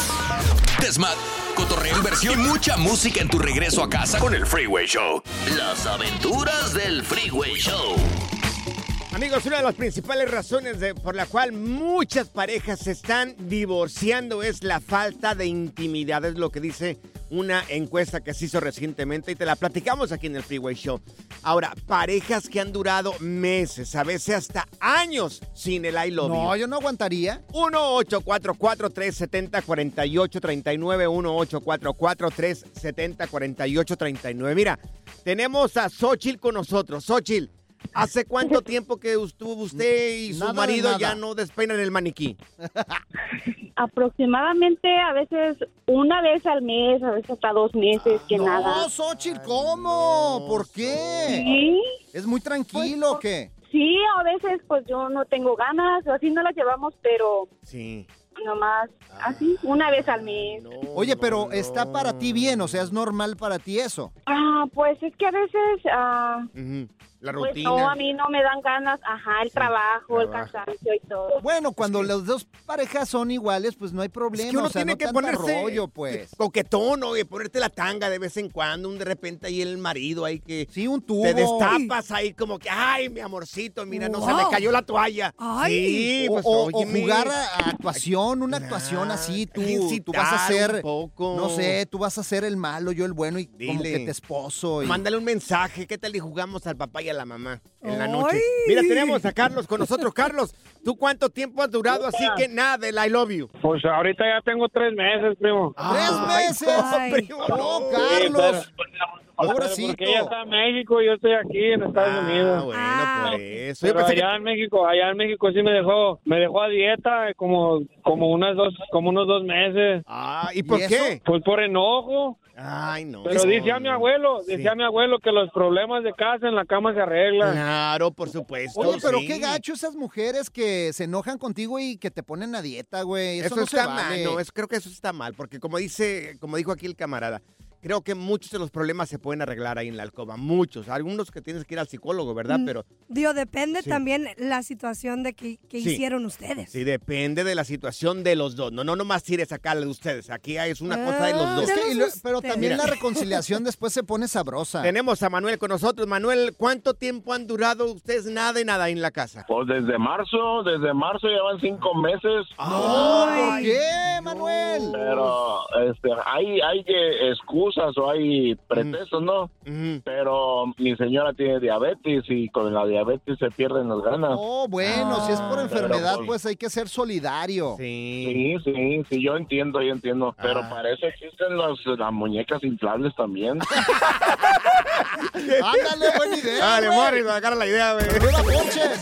Desmad, cotorreo, inversión y mucha música en tu regreso a casa con el Freeway Show. Las aventuras del Freeway Show. Amigos, una de las principales razones de- por la cual muchas parejas se están divorciando es la falta de intimidad. Es lo que dice una encuesta que se hizo recientemente y te la platicamos aquí en el Freeway Show. Ahora, parejas que han durado meses, a veces hasta años sin el I love you. No, yo no aguantaría. uno ocho cuatro cuatro, tres siete cero, cuatro ocho tres nueve, uno ocho cuatro cuatro, tres siete cero, cuatro ocho tres nueve. Mira, tenemos a Xochitl con nosotros. Xochitl, ¿hace cuánto tiempo que estuvo usted y su Nada de marido nada. ya no despeinan el maniquí? Aproximadamente a veces una vez al mes, a veces hasta dos meses, que no, nada. Xochitl, ¿cómo? ¿Por qué? Sí. ¿Es muy tranquilo o qué? Sí, a veces pues yo no tengo ganas, así no las llevamos, pero Sí. nomás así, una vez al mes. Oye, pero está para ti bien, o sea, es normal para ti eso. Ah, pues es que a veces, ah, Ujú. La pues rutina. no, a mí no me dan ganas, ajá, el trabajo, el trabajo. cansancio y todo. Bueno, cuando las dos parejas son iguales, pues no hay problema, Es que uno o sea, tiene no que tanta ponerse rollo, pues. coquetón, oye, ponerte la tanga de vez en cuando, un de repente ahí el marido ahí que Sí, un tubo. te destapas ahí como que, ay, mi amorcito, mira, no se me Wow. cayó la toalla. Ay. Sí, O, pues, o- o óyeme. jugar a, a actuación, una actuación así, tú, tú vas a ejercitar ser, un poco. no sé, tú vas a ser el malo, yo el bueno y como Dile. que te esposo. Y... Mándale un mensaje, ¿qué tal y jugamos al papá y a la mamá en la Ay. noche? Mira, tenemos a Carlos con nosotros. Carlos, ¿tú cuánto tiempo has durado así que nada del I love you? Pues ahorita ya tengo tres meses, primo. ¡Tres Ay, meses! Ay. primo, ¡Oh, no. Carlos! Pero Pobrecito. porque ella está en México y yo estoy aquí en Estados Ah, Unidos. bueno, Ah. por eso. Yo Pero pensé que- allá en México, allá en México sí me dejó, me dejó a dieta como, como unas dos, como unos dos meses. Ah, ¿y por ¿Y qué? eso? Pues por enojo. Ay, no. Pero Es- decía mi abuelo, Sí. decía mi abuelo que los problemas de casa en la cama se arreglan. Claro, por supuesto. Oye, pero sí. qué gacho esas mujeres que se enojan contigo y que te ponen a dieta, güey. Eso, Eso, no está se mal, vale. no, es, creo que eso está mal, porque como dice, como dijo aquí el camarada, creo que muchos de los problemas se pueden arreglar ahí en la alcoba. Muchos. Algunos que tienes que ir al psicólogo, ¿verdad? Mm, Pero Digo, depende Sí. también la situación de que, que Sí. hicieron ustedes. sí, depende de la situación de los dos. No, no nomás tires acá de ustedes. Aquí es una cosa de los dos. Es que, y lo- pero también Mira. la reconciliación después se pone sabrosa. Tenemos a Manuel con nosotros. Manuel, ¿cuánto tiempo han durado ustedes nada y nada ahí en la casa? Pues desde marzo, desde marzo ya van cinco meses. ¿Por qué, Manuel? Pero este, hay, hay que excusas o hay pretextos, ¿no? Pero mi señora tiene diabetes y con la diabetes se pierden las ganas. Oh, bueno, si es por enfermedad, Pero, pues hay que ser solidario. Sí, sí, sí, yo entiendo, yo entiendo. Pero Ah. para eso existen los, las muñecas inflables también. Ándale, buena idea. Dale, güey. Morris, agarra la idea, güey. No la ponches.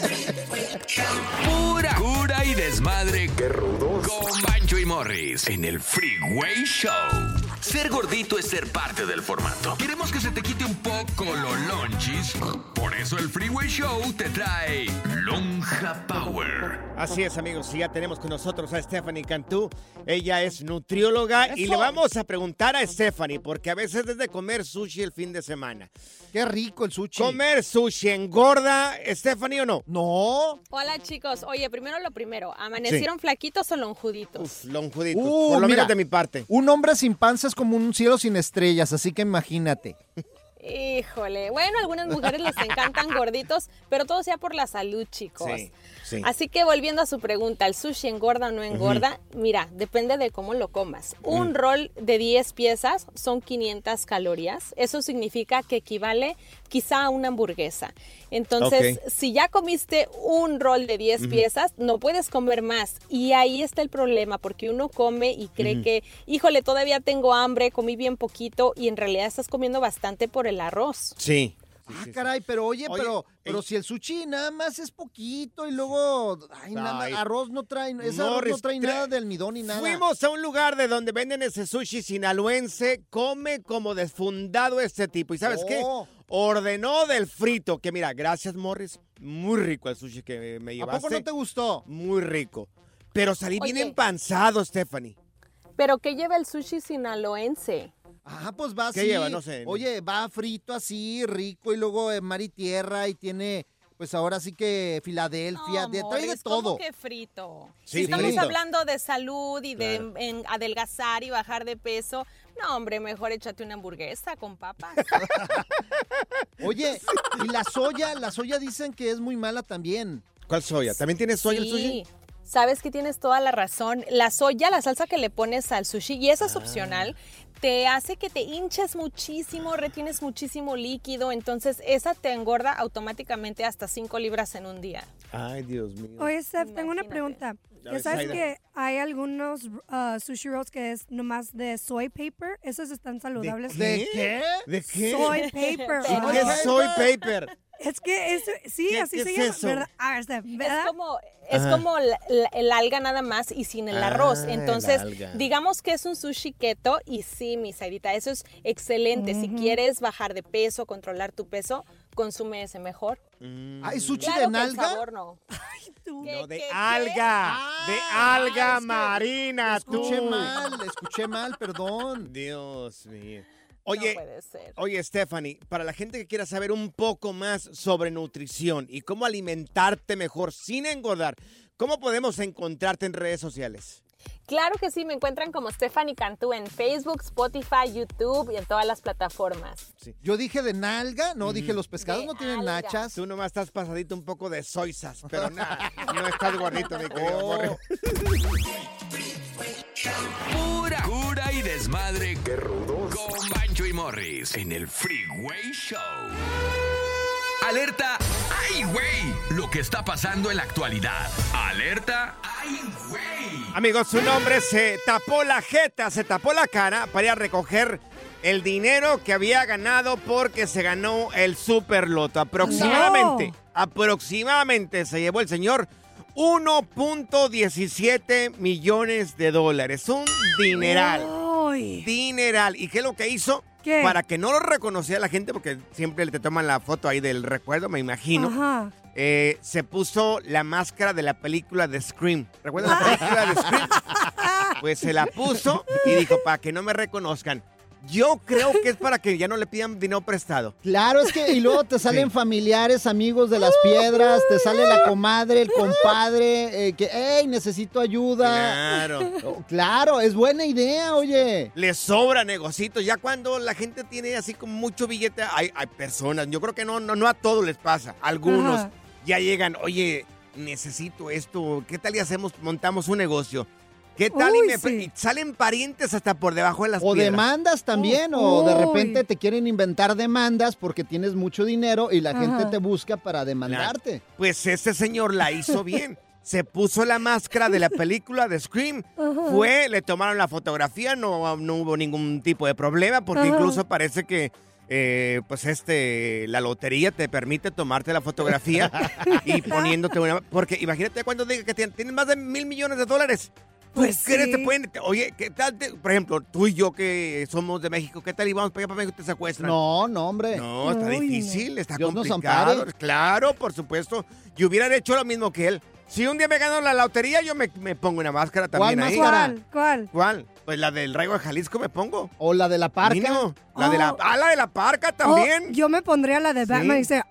Pura cura y desmadre. ¡Qué rudos! Con Bancho y Morris en el Freeway Show. Ser gordito es ser parte del formato. Queremos que se te quite un poco los lonchis. Por eso el Freeway Show te trae Lonja Power. Así es, amigos, y ya tenemos con nosotros a Stephanie Cantú. Ella es nutrióloga y Eso. le vamos a preguntar a Stephanie, porque a veces es de comer sushi el fin de semana. Qué rico el sushi. ¿Comer sushi engorda, Stephanie, o no? No. Hola, chicos. Oye, primero lo primero. ¿Amanecieron flaquitos o lonjuditos? Lonjuditos, Uh, por lo mira, menos de mi parte. Un hombre sin panza es como un cielo sin estrellas, así que imagínate. Híjole. Bueno, a algunas mujeres les encantan gorditos, pero todo sea por la salud, chicos. Sí, sí. Así que volviendo a su pregunta, ¿el sushi engorda o no engorda? Mira, depende de cómo lo comas. Un Mm. rol de diez piezas son quinientas calorías. Eso significa que equivale quizá a una hamburguesa. Entonces, Ok. si ya comiste un rol de diez Ujú. piezas, no puedes comer más. Y ahí está el problema, porque uno come y cree Ujú. que, híjole, todavía tengo hambre, comí bien poquito, y en realidad estás comiendo bastante por el arroz. Sí. Ah, caray, pero oye, Oye, pero, pero si el sushi nada más es poquito y luego ay, nada más, Ay. arroz no trae, ese arroz Morris, no trae tra- nada de almidón ni nada. Fuimos a un lugar de donde venden ese sushi sinaloense, come como desfundado este tipo. ¿Y sabes qué? Oh. Ordenó del frito, que mira, gracias Morris, muy rico el sushi que me ¿A llevaste. poco no te gustó? Muy rico. Pero salí bien Oye. empanzado, Stephanie. ¿Pero qué lleva el sushi sinaloense? Ah, pues va ¿Qué así. lleva? No sé. Oye, va frito así, rico, y luego eh, mar y tierra, y tiene, pues ahora sí que Filadelfia, No, de, trae de Morris, todo. ¿cómo que frito? Sí, si estamos frito. hablando de salud y de Claro. en- adelgazar y bajar de peso, no, hombre, mejor échate una hamburguesa con papas. Oye, y la soya, la soya dicen que es muy mala también. ¿Cuál soya? ¿También tiene soya el sushi? Sí, sabes que tienes toda la razón. La soya, la salsa que le pones al sushi, y esa es opcional, te hace que te hinches muchísimo, retienes muchísimo líquido, entonces esa te engorda automáticamente hasta cinco libras en un día. Ay, Dios mío. Oye, Steph, tengo una pregunta. Ya ¿Ya ves, sabes Zaida. que hay algunos uh, sushi rolls que es nomás de soy paper? ¿Esos están saludables. ¿De qué? ¿De qué? Soy paper. ¿Y qué es soy paper? Es que eso, sí, ¿Qué- así qué se es llama, eso? ¿verdad? A ver, Steph, ¿verdad? Es como, es Ajá. como la- la- el alga nada más y sin el Ah, arroz. el Entonces, alga. digamos que es un sushi keto y sí, mi Saidita, eso es excelente. Si Ujú. quieres bajar de peso, controlar tu peso, consume ese mejor. ¿Hay sushi Claro de que el nalga? sabor no. No, de alga. de alga marina, tú. Escuché mal, escuché mal, perdón. Dios mío. Oye, No puede ser. oye, Stephanie, para la gente que quiera saber un poco más sobre nutrición y cómo alimentarte mejor sin engordar, ¿cómo podemos encontrarte en redes sociales? Claro que sí, me encuentran como Stephanie Cantú en Facebook, Spotify, YouTube y en todas las plataformas. Yo dije de nalga, no, dije los pescados no tienen nachas. Tú nomás estás pasadito un poco de soisas, pero nada, no estás gordito, mi querido Oh. Morris. Pura cura y desmadre. ¡Qué rudos! Con Bancho y Morris en el Freeway Show. Alerta. ¡Ay, güey! Lo que está pasando en la actualidad. Alerta. ¡Ay, güey! Amigos, su nombre se tapó la jeta, se tapó la cara para ir a recoger el dinero que había ganado porque se ganó el Super Loto. Aproximadamente, No. aproximadamente se llevó el señor uno punto diecisiete millones de dólares. Un dineral. Ay. Dineral. ¿Y qué es lo que hizo? ¿Qué? Para que no lo reconociera la gente, porque siempre te toman la foto ahí del recuerdo, me imagino. Ajá. Eh, se puso la máscara de la película de Scream. ¿Recuerdan la película de Scream? Pues se la puso y dijo, para que no me reconozcan, Yo creo que es para que ya no le pidan dinero prestado. Claro, es que y luego te salen sí. familiares, amigos de las piedras, te sale la comadre, el compadre, eh, que, hey, necesito ayuda. Claro. Oh, claro, es buena idea, oye. Le sobra negocito. Ya cuando la gente tiene así como mucho billete, hay, hay personas, yo creo que no, no, no a todos les pasa. Algunos Ajá. ya llegan, oye, necesito esto, ¿qué tal y hacemos, montamos un negocio? ¿Qué tal? Uy, y, me, sí. y salen parientes hasta por debajo de las o piedras. O demandas también, oh, o de repente te quieren inventar demandas porque tienes mucho dinero y la Ajá. gente te busca para demandarte. Claro. Pues ese señor la hizo bien. Se puso la máscara de la película de Scream. Ajá. Fue, le tomaron la fotografía, no, no hubo ningún tipo de problema porque Ajá. incluso parece que eh, pues este la lotería te permite tomarte la fotografía y poniéndote una... Porque imagínate cuando diga que tienes, tienes más de mil millones de dólares. Pues ¿Tú crees sí. te pueden, oye, ¿qué tal? Te, por ejemplo, tú y yo que somos de México, ¿qué tal? Y vamos para allá para México, te secuestran. No, no, hombre. No, está Uy, difícil, está Dios complicado. Nos ampare. Claro, por supuesto. Yo hubiera hecho lo mismo que él. Si un día me gano la lotería, yo me, me pongo una máscara también ¿Cuál ahí. máscara? ¿Cuál? ¿Cuál? Pues la del Raigo de Jalisco me pongo. ¿O la de la Parca? Mínimo, la Oh. de la, ah, la de la Parca también. Oh, yo me pondría la de Batman Sí. y dice,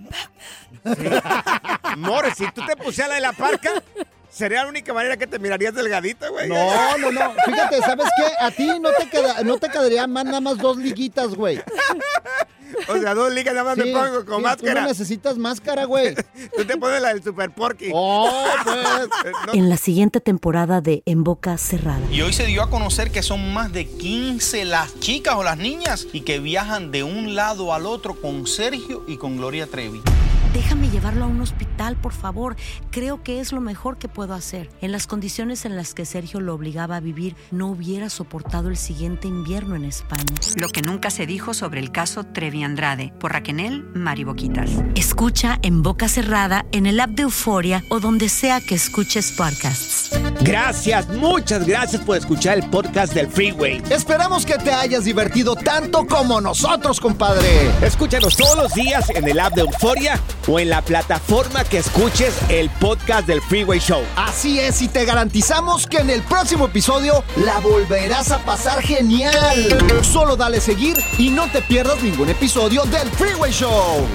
Sí. More, si tú te pusieras la de la Parca, sería la única manera que te mirarías delgadita, güey. No, no, no. Fíjate, ¿sabes qué? A ti no te, queda, no te quedarían más, nada más dos liguitas, güey. O sea, dos ligas nada más sí, me pongo con sí, máscara. Tú no necesitas máscara, güey. Tú te pones la del Super Porky. Oh, pues. No. En la siguiente temporada de En Boca Cerrada. Y hoy se dio a conocer que son más de quince las chicas o las niñas y que viajan de un lado al otro con Sergio y con Gloria Trevi. Déjame llevarlo a un hospital, por favor. Creo que es lo mejor que puedo hacer. En las condiciones en las que Sergio lo obligaba a vivir, no hubiera soportado el siguiente invierno en España. Lo que nunca se dijo sobre el caso Trevi Andrade, por Raquel Mariboquitas. Escucha En Boca Cerrada, en el app de Euforia o donde sea que escuches podcasts. Gracias, muchas gracias por escuchar el podcast del Freeway. Esperamos que te hayas divertido tanto como nosotros, compadre. Escúchanos todos los días en el app de Euforia o en la plataforma que escuches el podcast del Freeway Show. Así es, y te garantizamos que en el próximo episodio la volverás a pasar genial. Solo dale seguir y no te pierdas ningún episodio del Freeway Show.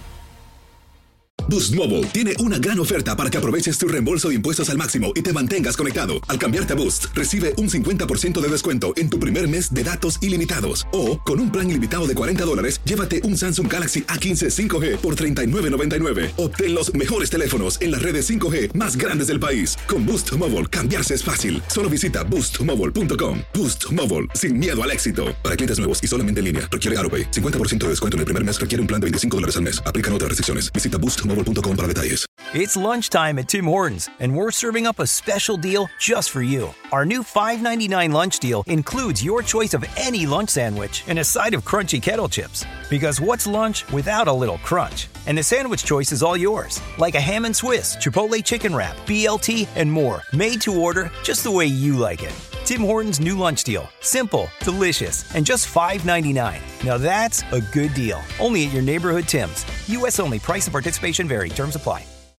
Boost Mobile tiene una gran oferta para que aproveches tu reembolso de impuestos al máximo y te mantengas conectado. Al cambiarte a Boost, recibe un cincuenta por ciento de descuento en tu primer mes de datos ilimitados. O, con un plan ilimitado de cuarenta dólares, llévate un Samsung Galaxy A quince cinco G por treinta y nueve noventa y nueve. Obtén los mejores teléfonos en las redes cinco G más grandes del país. Con Boost Mobile, cambiarse es fácil. Solo visita boost mobile punto com. Boost Mobile, sin miedo al éxito. Para clientes nuevos y solamente en línea, requiere AutoPay. cincuenta por ciento de descuento en el primer mes requiere un plan de veinticinco dólares al mes. Aplican otras restricciones. Visita boost mobile punto com para detalles. It's lunchtime at Tim Hortons, and we're serving up a special deal just for you. Our new five ninety-nine lunch deal includes your choice of any lunch sandwich and a side of crunchy kettle chips. Because what's lunch without a little crunch? And the sandwich choice is all yours, like a ham and Swiss, Chipotle chicken wrap, B L T, and more, made to order just the way you like it. Tim Hortons' new lunch deal. Simple, delicious, and just five ninety-nine. Now that's a good deal. Only at your neighborhood Tim's. U S only. Price and participation vary. Terms apply.